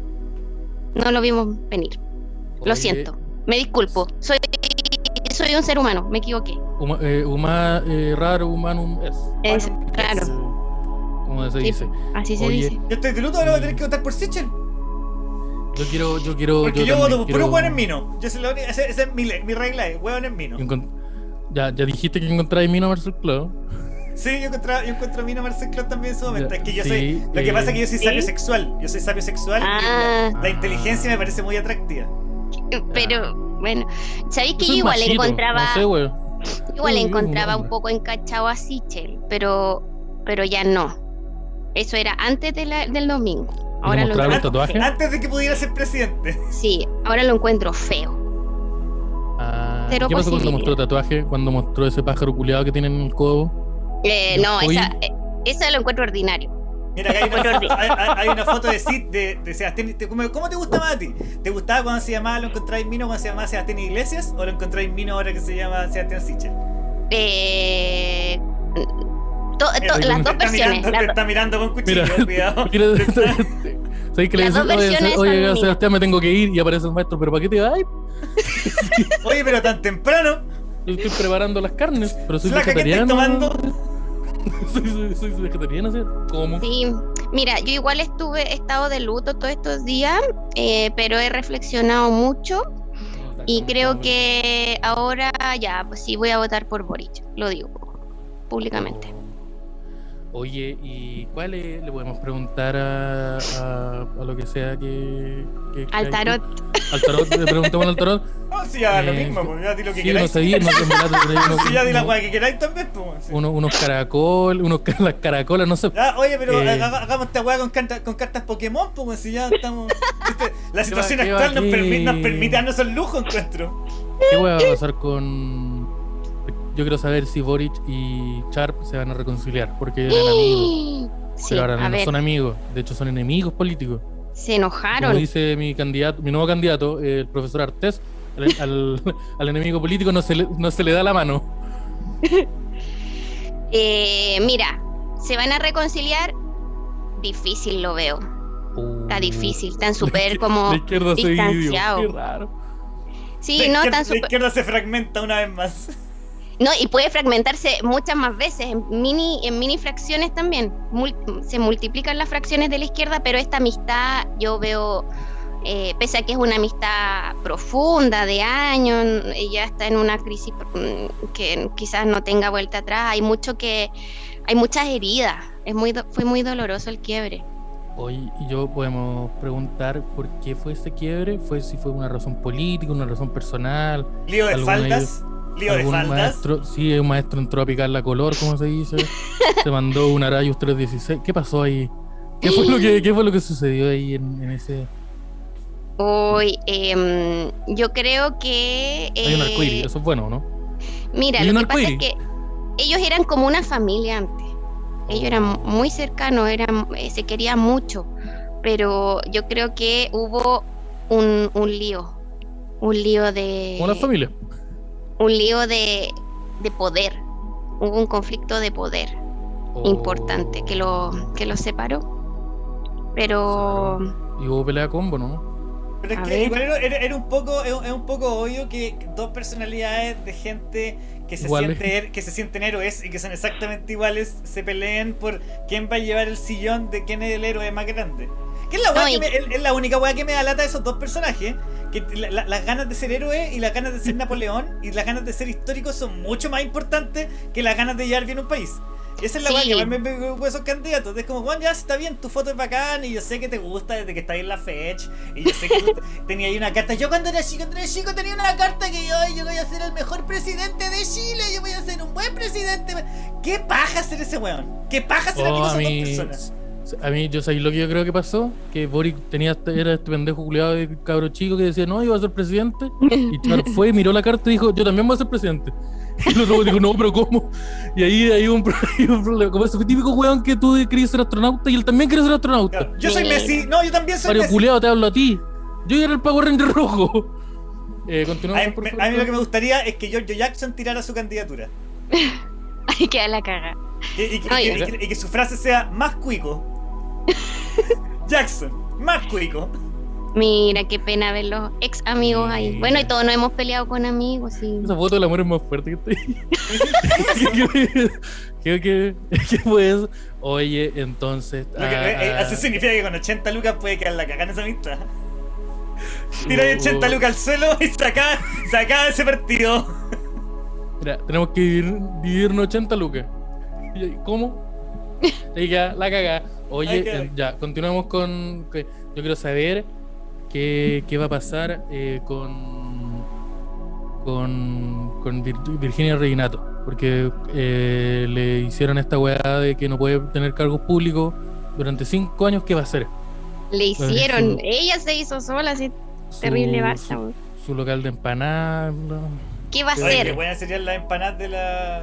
No lo vimos venir. Lo Oye, siento. Me disculpo. Soy un ser humano. Me equivoqué. Raro humanum es. Es raro. Como se Sí, dice. así se Oye, dice. Yo estoy de luto, ahora voy a tener que votar por Sichel. Yo quiero. Porque yo voto por quiero- puro hueón en mino. Esa es mi regla, es hueón en mino. Ya dijiste que encontráis Mino Marcel Club. Sí, yo encuentro a Mino Marcel Club también en su momento. Ya, Es que yo sí, soy. Lo que pasa es que yo soy ¿sí? sabio sexual. Yo soy sabio sexual. Ah. Y la inteligencia me parece muy atractiva. Pero, bueno. ¿Sabéis que yo soy igual machito, encontraba. No sé, weón. Igual Uy, encontraba hombre. un poco encachado a Sichel, pero ya no. Eso era antes del domingo. Ahora lo mostraron encuentro el tatuaje? Antes de que pudiera ser presidente. Sí, ahora lo encuentro feo. Ah, Cero ¿qué pasó cuando posibilidad. mostró tatuaje? Cuando mostró ese pájaro culeado que tiene en el codo. No, Hoy- esa lo encuentro ordinario. Mira, acá hay una foto de Sebastián. ¿Cómo te gusta más a ti? ¿Te gustaba cuando se llamaba, lo encontráis Mino cuando se llamaba Sebastián Iglesias? ¿O lo encontráis Mino ahora que se llama Sebastián Sichel? Las dos versiones. Te está mirando con cuchillo, Mira, cuidado. mira, ¿sabes que le Las dicen? dos versiones son Oye, mías. Sebastián, me tengo que ir. Y aparece el maestro, ¿pero para qué te vas? Oye, pero tan temprano. Yo estoy preparando las carnes, pero soy Flaca, ¿qué estás vegetariano. tomando? soy vegetariano, ¿sí? ¿Cómo? Sí, mira, yo igual he estado de luto todos estos días, pero he reflexionado mucho y creo que ahora ya, pues sí voy a votar por Boric, lo digo públicamente. Oye, ¿y cuál le podemos preguntar a lo que sea que Al tarot. Al tarot, le preguntamos al tarot. No, sí, ya lo mismo, pues ya di lo que Sí, no queráis. sé, no sé, en verdad, Sí, ya di la weá que queráis también, pues. Sí. unos caracoles, las caracolas, no sé. Ya, oye, pero Eh. hagamos esta weá con cartas Pokémon, pues si ya estamos. ¿Viste? La situación ¿Qué va actual nos aquí? permite darnos el lujo, encuentro. ¿Qué va a pasar con...? Yo quiero saber si Boric y Sharp se van a reconciliar, porque eran amigos. Sí, Pero ahora a no ver, son amigos, de hecho son enemigos políticos. se Como enojaron. dice mi nuevo candidato, el profesor Artés, al enemigo político no se le da la mano. Mira, ¿se van a reconciliar? Difícil lo veo. Está difícil, están súper como La izquierda se dividió, distanciados. qué raro. Sí, no, están La súper. izquierda se fragmenta una vez más. No, y puede fragmentarse muchas más veces, en mini fracciones también. Se multiplican las fracciones de la izquierda, pero esta amistad yo veo, pese a que es una amistad profunda de años, ella está en una crisis que quizás no tenga vuelta atrás. Hay muchas heridas. Fue muy doloroso el quiebre. Hoy podemos preguntar por qué fue ese quiebre, si fue una razón política, una razón personal. Lío de Alguna faldas. Lío de algún faldas. maestro, sí, un maestro entró a picar la color, como se dice. Se mandó un Arayus 316. ¿Qué pasó ahí? ¿Qué fue lo que sucedió ahí en ese? Hoy, yo creo que... Hay un arcoíris, eso es bueno, ¿no? Mira, hay lo un que pasa es arcoíris. que ellos eran como una familia antes. Ellos eran muy cercanos, se querían mucho, pero yo creo que hubo un lío de... Como la familia. Un lío de poder, hubo un conflicto de poder importante que los separó, pero... Y hubo pelea combo, ¿no? Pero es A que ver. igual era un poco, es un poco obvio que dos personalidades de gente que Iguales. que se sienten héroes y que son exactamente iguales se peleen por quién va a llevar el sillón de quién es el héroe más grande. Que es la, No, weá y- es la única weá que me da lata de esos dos personajes. Que las ganas de ser héroe y las ganas de ser Napoleón y las ganas de ser histórico son mucho más importantes que las ganas de llevar bien un país. Y esa es la weá Sí. que más me preocupa de esos candidatos. Es como, Juan, ya está bien, tu foto es bacán y yo sé que te gusta desde que estás ahí en la Fetch. Y yo sé que tú tenías ahí una carta. Yo cuando era chico tenía una carta que yo voy a ser el mejor presidente de Chile, yo voy a ser un buen presidente. ¿Qué paja ser ese weón? ¿Qué paja ser amigo de esas dos personas? A mí, yo sabía lo que yo creo que pasó, que Boric era este pendejo culiado de cabro chico que decía, no, iba a ser presidente, y Char fue, miró la carta y dijo, yo también voy a ser presidente. Y el otro dijo, no, pero ¿cómo? Y ahí hay un problema, como ese típico weón que tú querías ser astronauta y él también quiere ser astronauta. Claro, yo soy Messi, no, yo también soy Mario Messi. culiado, te hablo a ti. Yo era el Power Ranger rojo. Continuamos, por favor. A mí lo que me gustaría es que Giorgio Jackson tirara su candidatura. Ahí queda la caga. Y que su frase sea más cuico. Jackson, más cuico. Mira, qué pena ver los ex amigos ahí. Mira. Bueno, y todos nos hemos peleado con amigos, sí. Esa foto del amor es más fuerte que estoy. ¿Qué fue eso? Oye, entonces. Eso significa que con 80 lucas puede quedar la cagada en esa amistad. Tira 80 lucas al suelo y se acaba ese partido. Mira, tenemos que dividirnos 80 lucas. ¿Cómo? Y ya, la cagada. Oye, ya, continuamos con. Yo quiero saber qué va a pasar con Virginia Reginato. Porque le hicieron esta weá de que no puede tener cargos públicos durante 5 años. ¿Qué va a hacer? Le hicieron, ella se hizo sola, así terrible basta. Su local de empanadas. ¿Qué va a Oye, hacer? qué buenas serían las empanadas de la.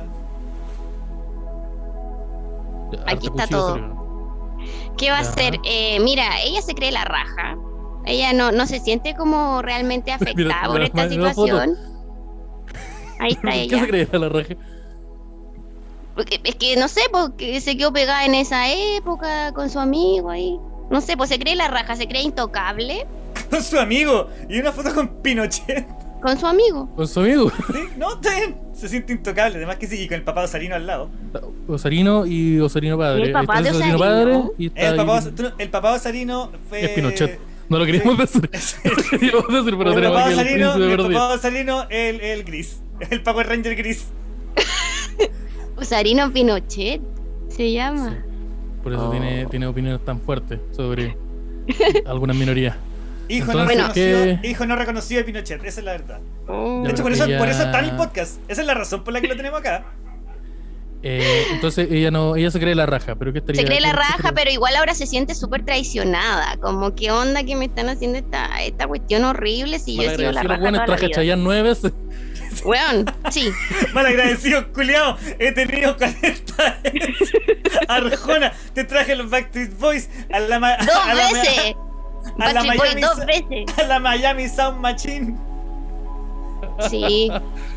Aquí está todo. ¿Qué va a hacer? Mira, ella se cree la raja. Ella no se siente como realmente afectada por esta situación. Ahí está ella. ¿Qué se cree la raja? Porque, es que no sé, porque se quedó pegada en esa época con su amigo ahí. No sé, pues se cree la raja, se cree intocable. Con su amigo. Y una foto con Pinochet. Con su amigo. Con su amigo. ¿Sí? No, está bien. Se siente intocable. Además que sí, y con el papá de Osarino al lado. Osarino y Osarino padre. ¿Y el papá de Osarino Osarino? padre y está El papá de Osarino fue. es Pinochet. No lo queríamos decir. No lo queríamos decir, pero El tenemos papá aquí de el príncipe Osarino, el perdido. papá de Osarino, el gris. El Power Ranger gris. Osarino Pinochet se llama. Por eso tiene opiniones tan fuertes sobre algunas minorías. Hijo, Entonces, hijo no reconocido de Pinochet, esa es la verdad. Oh. De hecho, por creo eso, que por eso ya- está en el podcast. Esa es la razón por la que lo tenemos acá. Entonces ella se cree la raja, pero ¿qué estaría? Se cree la qué raja, estaría- pero igual ahora se siente súper traicionada. Como, ¿qué onda que me están haciendo esta cuestión horrible si yo he sido la Malagradecido, raja bueno, toda la traje a vida? Chayanne 9 veces. Weón, sí. Malagradecido, culiao. He tenido 40 veces. Arjona, te traje los Backstreet Boys a la ¡Dos veces! a la Backstreet Boys Miami 2 veces. a la Miami Sound Machine. Sí.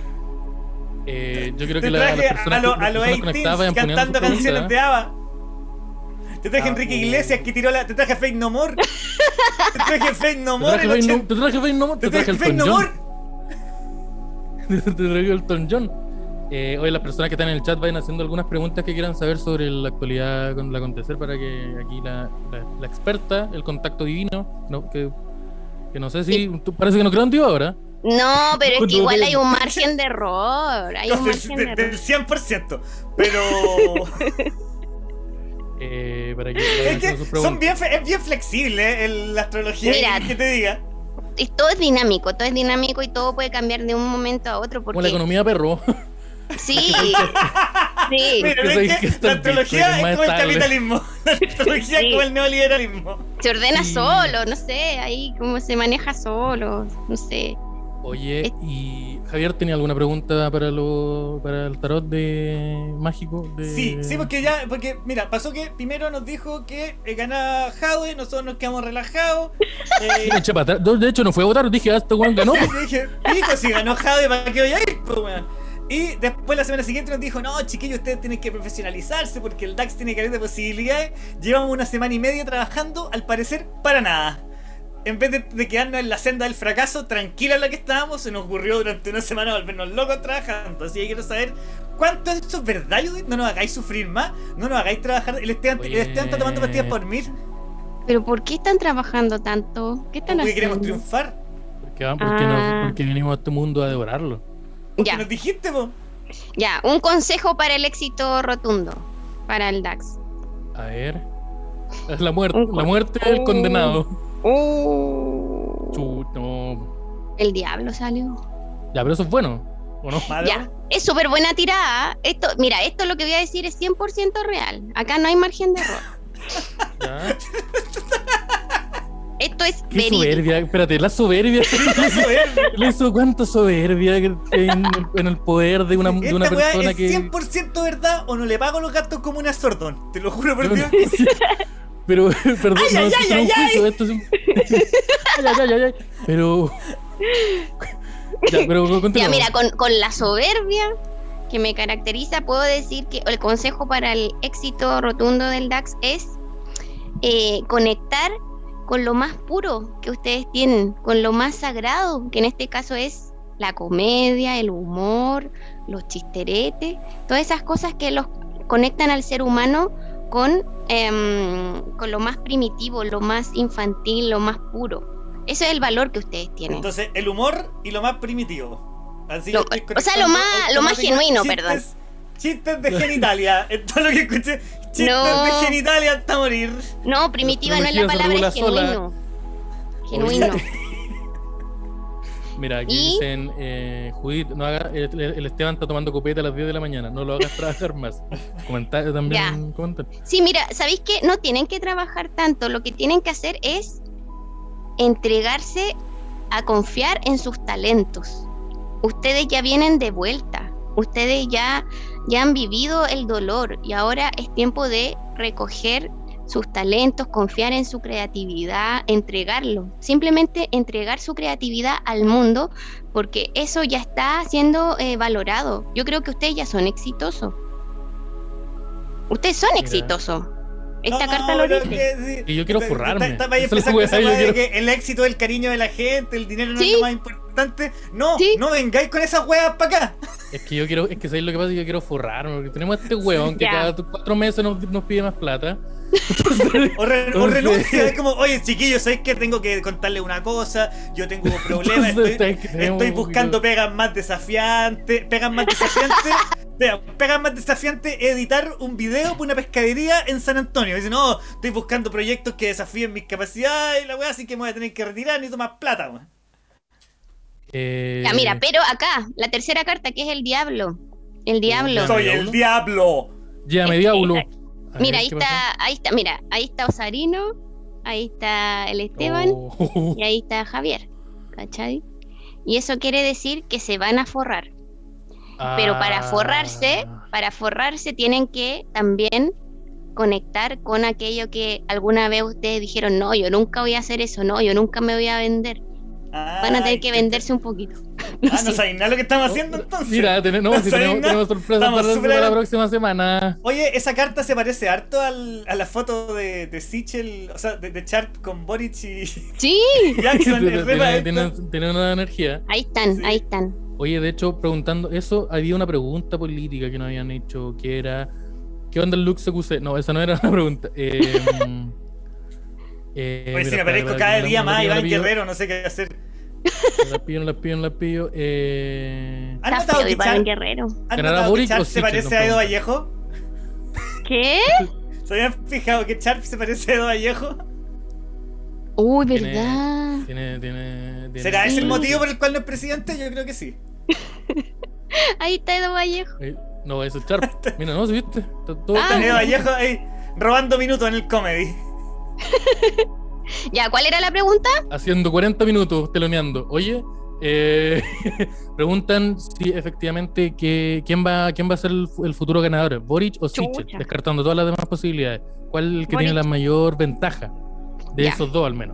Yo creo Te que las traje personas, a los las personas conectadas vayan poniendo cantando sus preguntas, canciones de ABBA. Te traje a Enrique Iglesias que tiró la. Te traje a Faith No More. Te traje a Faith No Te More. traje Faith No More, te traje Faith Elton No John. More. Te traje Elton John. Hoy las personas que están en el chat vayan haciendo algunas preguntas que quieran saber sobre la actualidad con el acontecer para que aquí la experta, el contacto divino, que no sé si parece que no creo en Dios ahora. No, pero es que No, igual pero- hay un margen de error. Hay un margen de error. Del 100%. Pero. Para que Es vayan que haciendo sus preguntas. es bien flexible la astrología. Mira. Que te diga. Todo es dinámico y todo puede cambiar de un momento a otro. Como la Porque economía perro. sí, sí, Mira, que es sabéis que que está la el Bitcoin, astrología es más es como el estable. capitalismo. La astrología Sí. es como el neoliberalismo. se ordena Sí. solo, no sé, ahí como se maneja solo, no sé. Oye, y Javier tenía alguna pregunta para el tarot de mágico de... Sí, porque mira, pasó que primero nos dijo que gana Jade, nosotros nos quedamos relajados. Me eché para atrás. De hecho no fue a votar, dije, este weón ganó. Yo dije, pico, si ganó Jade, ¿para qué voy a ir? Pues, weón? Y después la semana siguiente nos dijo, no, chiquillos, ustedes tienen que profesionalizarse porque el DAX tiene caleta de posibilidades. Llevamos una semana y media trabajando, al parecer, para nada. En vez de quedarnos en la senda del fracaso, tranquila en la que estábamos, se nos ocurrió durante una semana volvernos locos trabajando. Así que quiero saber cuánto de esto es verdad, Judith. No nos hagáis sufrir más, no nos hagáis trabajar. El Esteban está tomando pastillas por dormir Pero ¿por qué están trabajando tanto? ¿Qué están porque haciendo? queremos triunfar. Porque venimos a este mundo a devorarlo. Porque Ya, nos dijiste, po. ya, un consejo para el éxito rotundo, para el DAX. A ver. Es la muerte del condenado. No. El diablo salió. Ya, pero eso es bueno, ¿o no? Malo. Ya, es súper buena tirada. Esto lo que voy a decir es 100% real. Acá no hay margen de error. Ya. Esto es Qué verídico. soberbia, espérate, la soberbia. Le hizo cuánta soberbia en el poder de una Esta weá persona es que. 100% verdad o no le pago los gastos como una Sordón. Te lo juro por Dios. Pero, perdón, Ay, no, ay, esto ay, no es un ay, juicio, esto es un. Ay. Pero. Ya, pero continúa. Ya, mira, con la soberbia que me caracteriza, puedo decir que el consejo para el éxito rotundo del DAX es conectar con lo más puro que ustedes tienen, con lo más sagrado, que en este caso es la comedia, el humor, los chisteretes, todas esas cosas que los conectan al ser humano con lo más primitivo, lo más infantil, lo más puro. Ese es el valor que ustedes tienen. Entonces, el humor y lo más primitivo. Así O sea, lo más genuino, perdón. Chistes de genitalia. En todo lo que escuché, chistes de genitalia hasta morir. No, primitiva no es la palabra, es genuino. Genuino. Mira, aquí dicen, Judith, no haga, el Esteban está tomando copete a las 10 de la mañana, no lo hagas trabajar más. Comentario también. Sí, mira, ¿sabéis qué? No tienen que trabajar tanto, lo que tienen que hacer es entregarse a confiar en sus talentos. Ustedes ya vienen de vuelta, ustedes ya han vivido el dolor y ahora es tiempo de recoger sus talentos, confiar en su creatividad, entregarlo, simplemente entregar su creatividad al mundo, porque eso ya está siendo valorado. Yo creo que ustedes ya son exitosos. Ustedes son exitosos. Esta carta lo dice. Y yo quiero forrarme. Que el éxito es el cariño de la gente, el dinero no es lo más importante. No, no vengáis con esas huevas para acá. Es que ¿sabéis lo que pasa? Yo quiero forrarme, porque tenemos a este huevón que cada 4 meses nos pide más plata. O renuncia, es como, oye chiquillos, ¿sabéis que tengo que contarles una cosa? Yo tengo problemas, estoy buscando pegas más desafiantes. Pegas más desafiantes, editar un video por una pescadería en San Antonio. Dice, no, estoy buscando proyectos que desafíen mis capacidades y la weá, así que me voy a tener que retirar, necesito más plata, weón. Ya, mira, pero acá, la tercera carta, que es el diablo. El diablo. Soy el diablo. Llame diablo. Mira, ahí está Osarino, ahí está el Esteban y ahí está Javier, ¿cachai? Y eso quiere decir que se van a forrar. Pero para forrarse tienen que también conectar con aquello que alguna vez ustedes dijeron, no, yo nunca voy a hacer eso, no, yo nunca me voy a vender. Van a tener que venderse un poquito. No sabéis nada lo que estamos haciendo entonces. Mira, tenemos sorpresas para la próxima semana. Oye, esa carta se parece harto a la foto de Sichel, o sea, de Sharp con Boric y sí. Jackson. Tiene una energía. Ahí están. Oye, de hecho, preguntando eso, había una pregunta política que nos habían hecho, que era, ¿qué onda el Lux CQC? No, esa no era la pregunta. Pues si me aparezco cada día más Iván Guerrero, no sé qué hacer. No la pillo. ¿Han notado que Sharp se parece a Edo Vallejo? ¿Qué? ¿Se habían fijado que Sharp se parece a Edo Vallejo? Uy, verdad. ¿Será ese el motivo por el cual no es presidente? Yo creo que sí. Ahí está Edo Vallejo. No, eso es Sharp. Mira, no, ¿sí viste? Edo Vallejo ahí robando minutos en el comedy. Ya, ¿cuál era la pregunta? Haciendo 40 minutos teloneando. Oye, preguntan si efectivamente quién va a ser el futuro ganador, Boric o Sichel, descartando todas las demás posibilidades. ¿Cuál es el que tiene la mayor ventaja de esos dos al menos?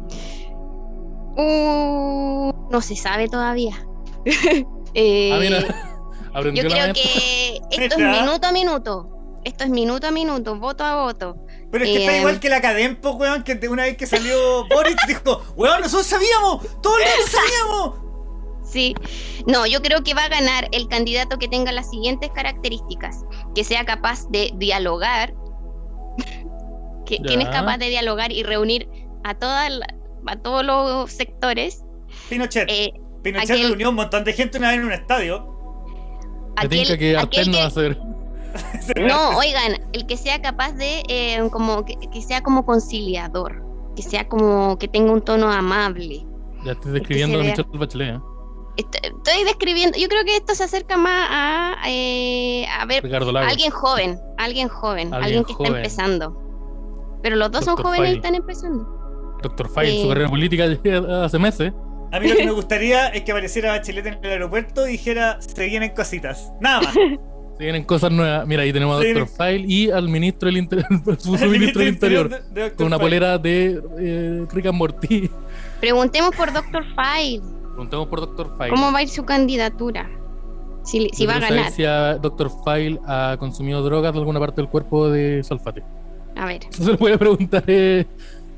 No se sabe todavía. Mira, yo creo que esto es minuto a minuto. Esto es minuto a minuto, voto a voto. Pero es que está igual que la Cadempo, weón, que una vez que salió Boric dijo, weón, nosotros sabíamos, todos lo sabíamos. Sí, no, yo creo que va a ganar el candidato que tenga las siguientes características, que sea capaz de dialogar, ¿quién es capaz de dialogar y reunir a todos los sectores? Pinochet reunió un montón de gente una vez en un estadio. Que Arpen no va a ser. No, oigan, el que sea capaz de que sea como conciliador, que sea como que tenga un tono amable. Ya estoy describiendo a Michelle Bachelet, ¿eh? Estoy describiendo, yo creo que esto se acerca más a ver, alguien joven, alguien que está empezando. Pero los dos son jóvenes y están empezando. Dr. File, su carrera política hace meses. A mí lo que me gustaría es que apareciera Bachelet en el aeropuerto y dijera, se vienen cositas, nada más. Se vienen cosas nuevas. Mira, ahí tenemos a Dr. File y al ministro del Interior, su ministro del Interior, con una polera de Rick and Morty. Preguntemos por Dr. File. ¿Cómo va a ir su candidatura? Si va a ganar. Si Dr. File ha consumido drogas de alguna parte del cuerpo de Salfate. A ver. Eso se le puede preguntar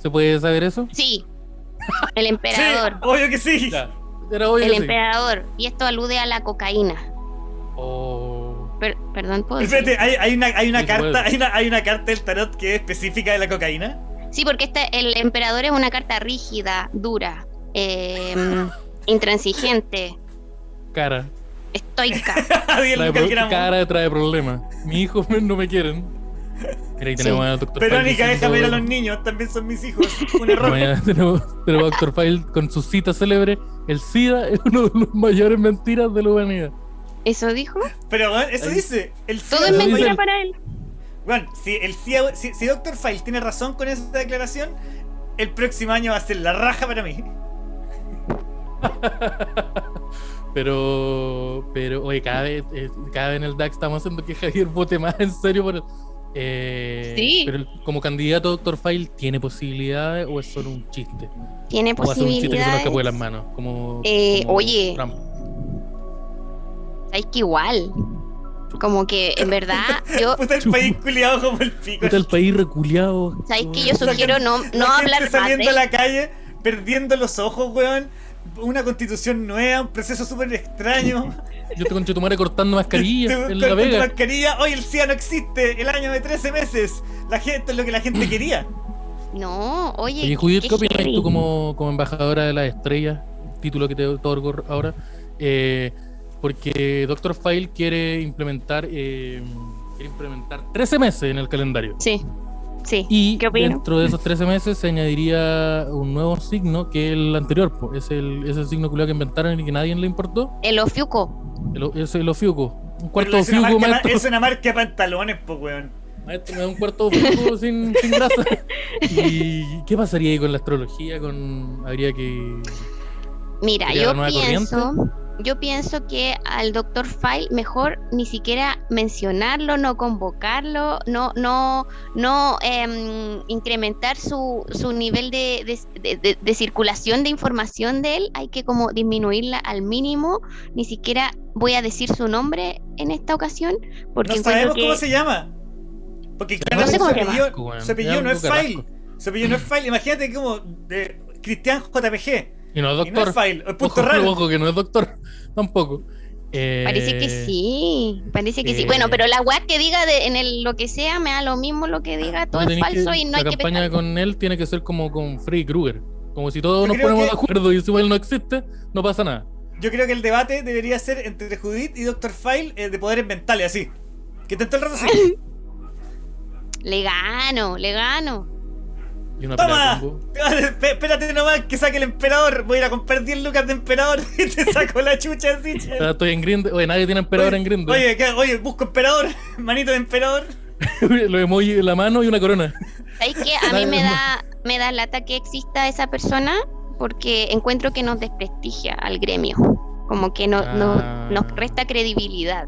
¿Se puede saber eso? Sí, el Sí, emperador. obvio que sí. Ya. Era obvio El que sí. emperador. Y esto alude a la cocaína. Oh. Perdón, ¿puedo decir? Espérate, hay una Sí, carta, se hay una carta del tarot que es específica de la cocaína. Sí, porque el emperador es una carta rígida, dura, intransigente, Cara. estoica. Adiós, Trae Lucas Gramo. cara trae problemas. Mis hijos no me quieren. Mira, ahí tenemos Sí. al Dr. Verónica, File déjame ir a diciendo- los niños, también son mis hijos. Un error. Mañana tenemos a Dr. File con su cita célebre. El SIDA es uno de los mayores mentiras de la humanidad. ¿Eso dijo? Pero bueno, eso Ahí. dice. El Todo SIDA es Eso dice mentira él. para él. Bueno, si Dr. File tiene razón con esa declaración, el próximo año va a ser la raja para mí. Pero, oye, cada vez en el DAX estamos haciendo que Javier vote más en serio por Sí. Pero como candidato a Dr. File, ¿tiene posibilidades o es solo un chiste? Tiene O va a ser un chiste que se nos posibilidades. escapó de las manos. Como Oye. Trump. ¿Sabes que igual? Como que en verdad yo... Puta el país culiado como el pico. Puta, el país reculeado. ¿Sabes que yo sugiero no La hablar gente más saliendo de a él? la calle, perdiendo los ojos, weón. Una constitución nueva, un proceso súper extraño. Yo te concho tu madre cortando mascarillas Te- en con La tu Vega. mascarilla, hoy el SIDA no existe, el año de 13 meses. La gente es lo que la gente quería. No, oye, Oye, Judith, qué ¿qué opinas heavy. tú como embajadora de las estrellas? Título que te otorgo ahora. Porque Dr. File quiere implementar 13 meses en el calendario. Sí, sí. Y ¿Qué opinas? dentro de esos 13 meses se añadiría un nuevo signo que es el anterior. Po. Es ese signo culiao que inventaron y que nadie le importó. El Ofiuco. Es el Ofiuco. Un cuarto Pero de es una Ofiuco, marca- maestro. es una marca de pantalones, pues, weón. Maestro, me da un cuarto de Ofiuco sin grasa. ¿Y qué pasaría ahí con la astrología? Habría que... Mira, ¿Sería la nueva yo pienso que al Dr. File mejor ni siquiera mencionarlo, no convocarlo, no incrementar su nivel de circulación de información de él. Hay que como disminuirla al mínimo. Ni siquiera voy a decir su nombre en esta ocasión porque No encuentro sabemos que cómo se llama. Porque No sé claramente cómo su se llama. apellido, Weón, su apellido me no da es algo File. Su apellido no es File. Imagínate como de Cristian JPG. Y no es Y no es doctor. File, es punto Ojo, raro. ojo, que no es doctor. Tampoco. parece que sí, parece que sí. eh, Bueno, pero la weá que diga lo que sea, me da lo mismo lo que diga, todo es Tenés falso y no hay la que campaña pescar. con él tiene que ser como con Freddy Krueger. Como si todos Yo nos creo ponemos que- de acuerdo y si él no existe, no pasa nada. Yo creo que el debate debería ser entre Judith y Dr. File de poderes mentales, así. Que estén todo el rato así. Le gano. Y una pelea ¡Toma! de combo. Espérate nomás que saque el emperador. Voy a ir a comprar 10 lucas de emperador y te saco la chucha así, che. Ahora estoy en Grindr. Oye, nadie tiene emperador en Grindr. Oye, oye, busco emperador. Manito de emperador. Lo emoji en la mano y una corona. ¿Sabes qué? A mí me da lata que exista esa persona porque encuentro que nos desprestigia al gremio. Como que nos resta credibilidad.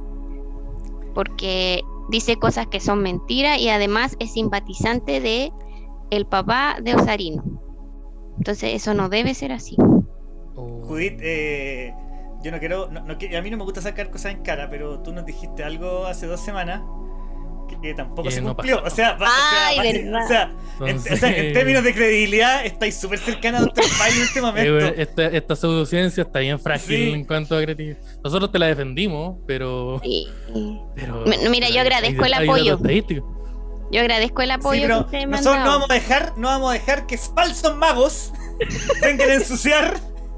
Porque dice cosas que son mentiras y además es simpatizante de el papá de Osarino. Entonces eso no debe ser así. Oh. Judith, yo no quiero. A mí no me gusta sacar cosas en cara, pero tú nos dijiste algo hace 2 semanas que tampoco se no cumplió. pasó. O sea, Ay, verdad. en términos de credibilidad, estáis súper cercana a Dr. File en este momento. Esta pseudociencia está bien frágil Sí. en cuanto a creatividad. Nosotros te la defendimos, pero. Sí. pero Mira, yo agradezco el hay apoyo. datos estadísticos. Yo agradezco el apoyo Sí, pero que ustedes me han nosotros dado. no vamos a dejar que falsos magos vengan a ensuciar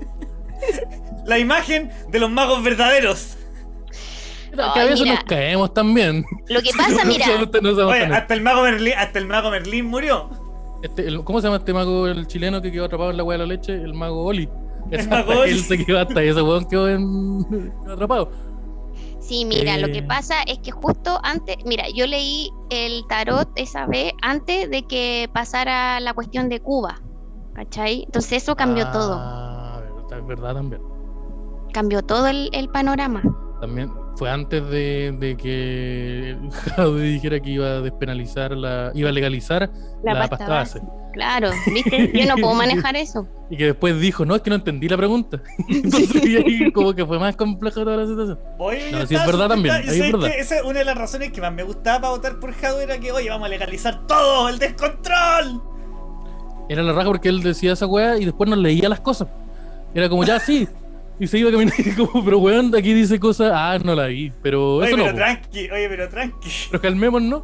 la imagen de los magos verdaderos. Que a Ay, veces mira. nos caemos también. Lo que pasa, mira, No somos Oye, tan- hasta el mago Merlín murió. ¿Cómo se llama este mago, el chileno que quedó atrapado en la hueá de la leche? El mago Oli. El mago Oli. Él se quedó hasta ese hueón quedó atrapado. sí, mira, lo que pasa es que justo antes, mira, yo leí el tarot esa vez antes de que pasara la cuestión de Cuba, ¿cachai? Entonces eso cambió todo, Es verdad también. cambió todo el panorama. También fue antes de que Jaude dijera que iba a despenalizar iba a legalizar la pasta base. Claro, ¿viste? Yo no puedo manejar eso. Y que después dijo, no, es que no entendí la pregunta. Entonces y ahí como que fue más compleja toda la situación. Oye, No, yo sí es estaba verdad también, súper- ahí es ¿sabes verdad. qué? Esa es una de las razones que más me gustaba para votar por Jado era que, oye, vamos a legalizar todo, el descontrol. Era la raja porque él decía esa weá y después nos leía las cosas. Era como, ya, sí. Y se iba caminando y como, pero weón, aquí dice cosas. Ah, no la vi. Pero Oye, eso pero no. tranqui, oye, pero tranqui. Pero calmémonos.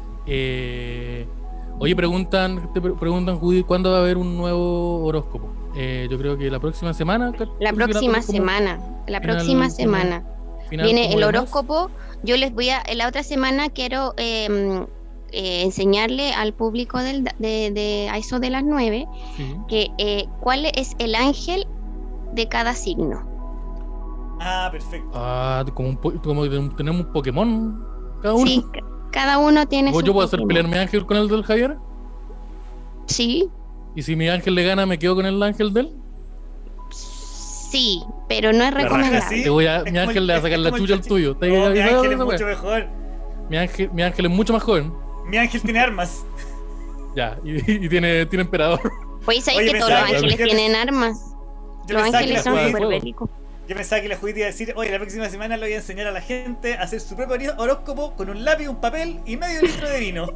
Oye, preguntan, Judy, ¿cuándo va a haber un nuevo horóscopo? Yo creo que la próxima semana. La próxima semana. La próxima semana. Viene el horóscopo. Yo les voy a. La otra semana quiero enseñarle al público a eso de las 9 Sí. que cuál es el ángel de cada signo. Ah, perfecto. Ah, como tenemos un Pokémon cada uno. Sí, cada uno tiene ¿O su yo puedo hacer Pokémon. pelear mi ángel con el del Javier? Sí, ¿Y si mi ángel le gana, me quedo con el ángel de él? sí, pero no es La raja, recomendable. sí. Te voy Es mi como ángel le va a es sacar la como el chucha al chachi- tuyo. ¿Estás No, mi avisado ángel de es esa mucho wea? mejor. Mi ángel es mucho más joven. Mi ángel tiene armas. Ya, y tiene emperador. Pues ahí Oye, que todos los pensaba que- ángeles yo tienen armas. Yo Los pensaba que la ángeles son Judy- Judy- súper bélicos. Yo pensaba que la Judy iba a decir, oye, la próxima semana le voy a enseñar a la gente a hacer su propio horóscopo con un lápiz, un papel y medio litro de vino.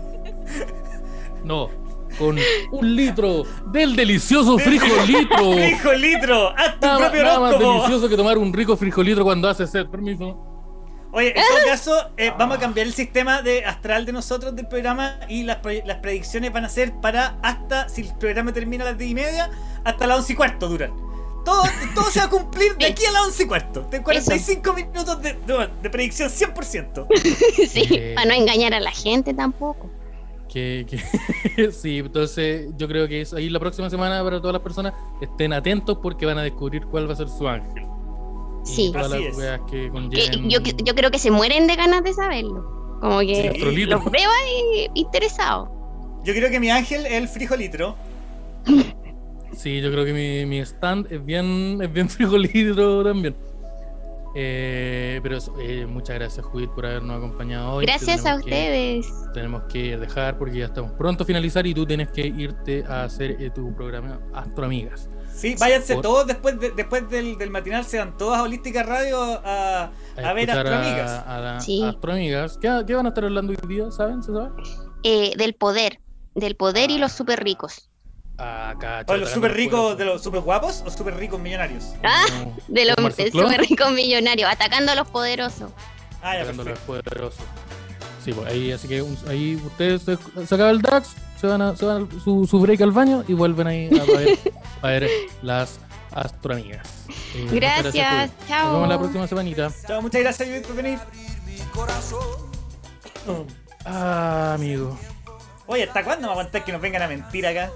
No, con 1 litro del delicioso frijolitro. ¡Frijolitro! ¡Haz tu Nada, propio nada más horóscopo! delicioso que tomar un rico frijolitro cuando hace sed. Permiso. Oye, en todo caso, vamos a cambiar el sistema astral de nosotros del programa y las predicciones van a ser para hasta, si el programa termina a las 10:30, hasta las 11:15 duran. Todo se va a cumplir de aquí a las 11:15. De 45 minutos de predicción 100%. Sí, para no engañar a la gente tampoco. Sí, entonces yo creo que es ahí la próxima semana para todas las personas. Estén atentos porque van a descubrir cuál va a ser su ángel. Sí. Y todas Así las es. weas que Que conlleven. yo creo que se mueren de ganas de saberlo. Como Sí, que nuestro litro. los veo ahí interesados. Yo creo que mi ángel es el frijolitro. Sí, yo creo que mi stand es bien frijolitro también. Pero eso, muchas gracias, Judith, por habernos acompañado hoy. Gracias a ustedes. Tenemos que dejar porque ya estamos pronto a finalizar y tú tienes que irte a hacer tu programa Astro Amigas. Sí, váyanse Por- todos después del matinal, se van todos a Holística Radio a ver escuchar Astroamigas. a Sí. Astroamigas. ¿Qué van a estar hablando hoy día? ¿Saben? ¿Se sabe? Del poder y los súper ricos. Acá, ¿O los súper ricos de los súper guapos o súper ricos millonarios? De los Marcel Clon, súper ricos millonarios, atacando a los poderosos. Ah, ya, atacando a los perfecto. poderosos. Sí, pues ahí, así que ahí ustedes se acaba el DAX, se van a su break al baño y vuelven ahí a ver las Astroamigas. Muchas Gracias, Judith. chao. Nos vemos la próxima semanita. Chao, muchas gracias, Judith, por venir. Amigo. Oye, ¿hasta cuándo me aguantar que nos vengan a mentir acá?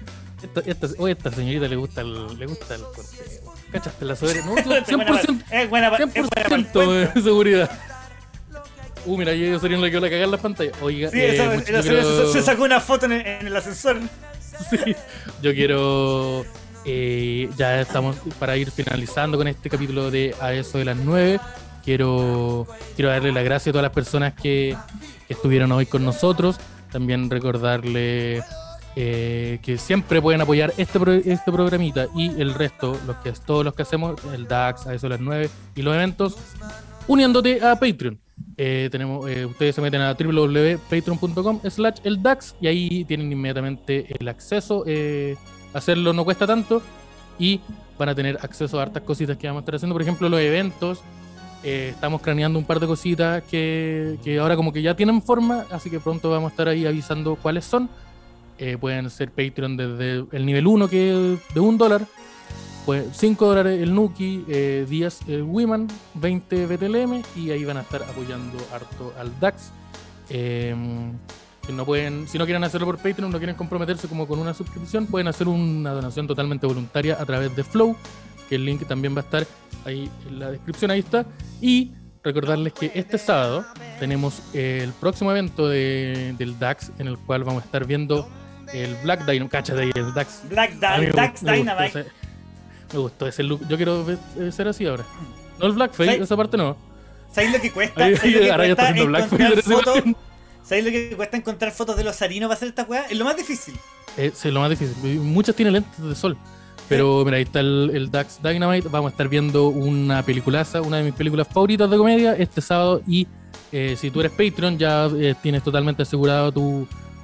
Esta señorita le gusta el corteo. ¿Cachaste la sobre? No, Es buena pa- 100%, es buena pa- es buena para el 100% cuento. de seguridad. Mira, yo sería la que la cagar en la pantalla. Oiga, Sí, eso, mucho se quiero- sacó una foto en el ascensor. Sí, yo quiero. Ya estamos para ir finalizando con este capítulo de A eso de las 9. Quiero darle las gracias a todas las personas que estuvieron hoy con nosotros. También recordarle que siempre pueden apoyar este programita y el resto, todos los que hacemos, el DAX, A eso de las 9 y los eventos, uniéndote a Patreon. Ustedes se meten a www.patreon.com/eldax y ahí tienen inmediatamente el acceso. Hacerlo no cuesta tanto y van a tener acceso a hartas cositas que vamos a estar haciendo. Por ejemplo, los eventos. Estamos craneando un par de cositas que ahora como que ya tienen forma, así que pronto vamos a estar ahí avisando cuáles son. Pueden ser Patreon desde el nivel 1, que es de $1. Pues $5 el Nuki, 10 el Wiman, 20 BTLM y ahí van a estar apoyando harto al DAX. Si no quieren hacerlo por Patreon, no quieren comprometerse como con una suscripción, pueden hacer una donación totalmente voluntaria a través de Flow, que el link también va a estar ahí en la descripción, ahí está. Y recordarles que este sábado tenemos el próximo evento del DAX, en el cual vamos a estar viendo el Black Dynamite. Cáchate ahí, el DAX. A mí Dax Dynamite. Me gustó ese look. Yo quiero ser así ahora. No el blackface, ¿Sí? esa parte no. ¿Sabéis lo que cuesta? Ahí, ¿Sabéis lo que ahora ya está cuesta haciendo blackface. encontrar pero esa fotos? imagen. ¿Sabéis lo que cuesta encontrar fotos de los harinos para hacer esta weá? Es lo más difícil. Es lo más difícil. Muchas tienen lentes de sol. Pero mira, ahí está el DAX Dynamite. Vamos a estar viendo una peliculaza, una de mis películas favoritas de comedia este sábado. Y si tú eres Patreon, ya tienes totalmente asegurado tu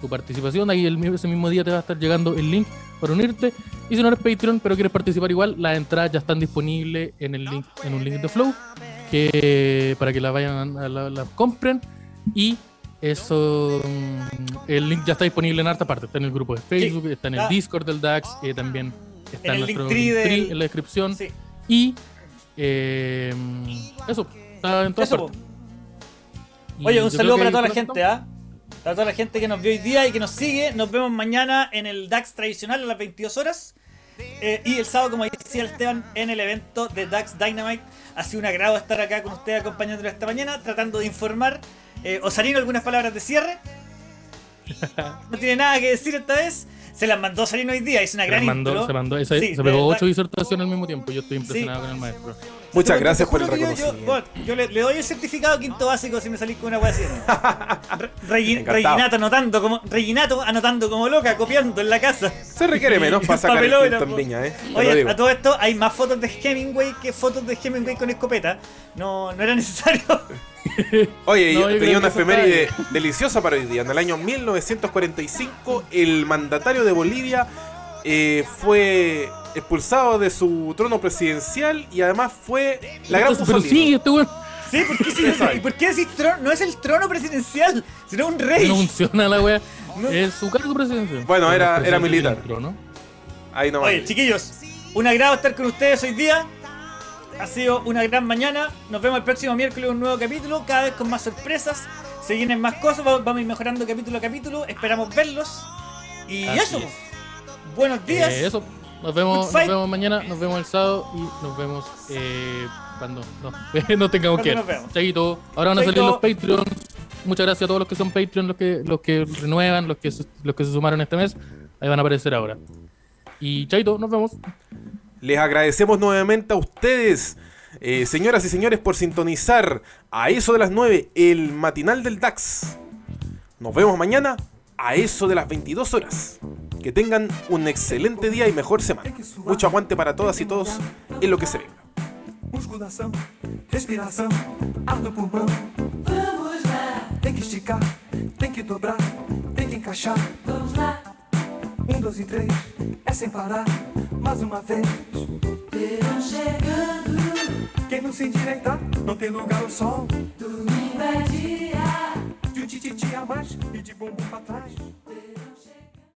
tu participación. Ahí ese mismo día te va a estar llegando el link para unirte. Y si no eres Patreon, pero quieres participar igual, las entradas ya están disponibles en un link de Flow, para que la vayan la compren. Y eso, el link ya está disponible en harta parte. Está en el grupo de Facebook, está en el Discord del DAX, también está en nuestro link en la descripción. Sí. Y eso, está en todas partes. Oye, un saludo para toda la gente, para toda la gente que nos vio hoy día y que nos sigue. Nos vemos mañana en el DAX tradicional a las 22 horas. Y el sábado, como decía el Esteban, en el evento de DAX Dynamite. Ha sido un agrado estar acá con ustedes acompañándolo esta mañana, tratando de informar. Osarino, algunas palabras de cierre. No tiene nada que decir esta vez. Se las mandó Osarino hoy día, hizo una gran intro. Se pegó 8 disertaciones al mismo tiempo. Yo estoy impresionado con el maestro. Muchas gracias por el reconocimiento. Yo le doy el certificado quinto básico si me salís con una wea así. Reginato anotando como loca, copiando en la casa. Se requiere menos para sacar el quinto en Viña, Oye, a todo esto hay más fotos de Hemingway que fotos de Hemingway con escopeta. No era necesario. Oye, yo tenía una efeméride deliciosa para hoy día. En el año 1945, el mandatario de Bolivia fue expulsado de su trono presidencial y además fue la gran Mussolini. Sí, ¿por qué decís trono? No es el trono presidencial, sino un rey. No funciona la wea. Es su cargo presidencial. Bueno, era militar. Ahí nomás. Oye, chiquillos, un agrado estar con ustedes hoy día. Ha sido una gran mañana. Nos vemos el próximo miércoles en un nuevo capítulo, cada vez con más sorpresas. Se vienen más cosas, vamos a ir mejorando capítulo a capítulo. Esperamos verlos. Y así eso. Buenos días. Eso. Nos vemos mañana, nos vemos el sábado y nos vemos cuando no tengamos que ir. Chaguito. Ahora van a salir los Patreons. Muchas gracias a todos los que son Patreon, los que renuevan, los que se sumaron este mes. Ahí van a aparecer ahora. Y chaito, nos vemos. Les agradecemos nuevamente a ustedes, señoras y señores, por sintonizar a eso de las 9 el matinal del DAX. Nos vemos mañana a eso de las 22 horas. Que tengan un excelente día y mejor semana. Mucho aguante para todas y todos en lo que se venga. Musculação, respiração, ar no pulmão. Vamos lá. Tem que esticar, tem que dobrar, tem que encaixar. Vamos lá. 1, 2 e 3, é sem parar, mais uma vez. Verão chegando. Quem não se endireitar, não tem lugar ao sol. Domingo é dia de um tititi a mais e de bumbum pra trás.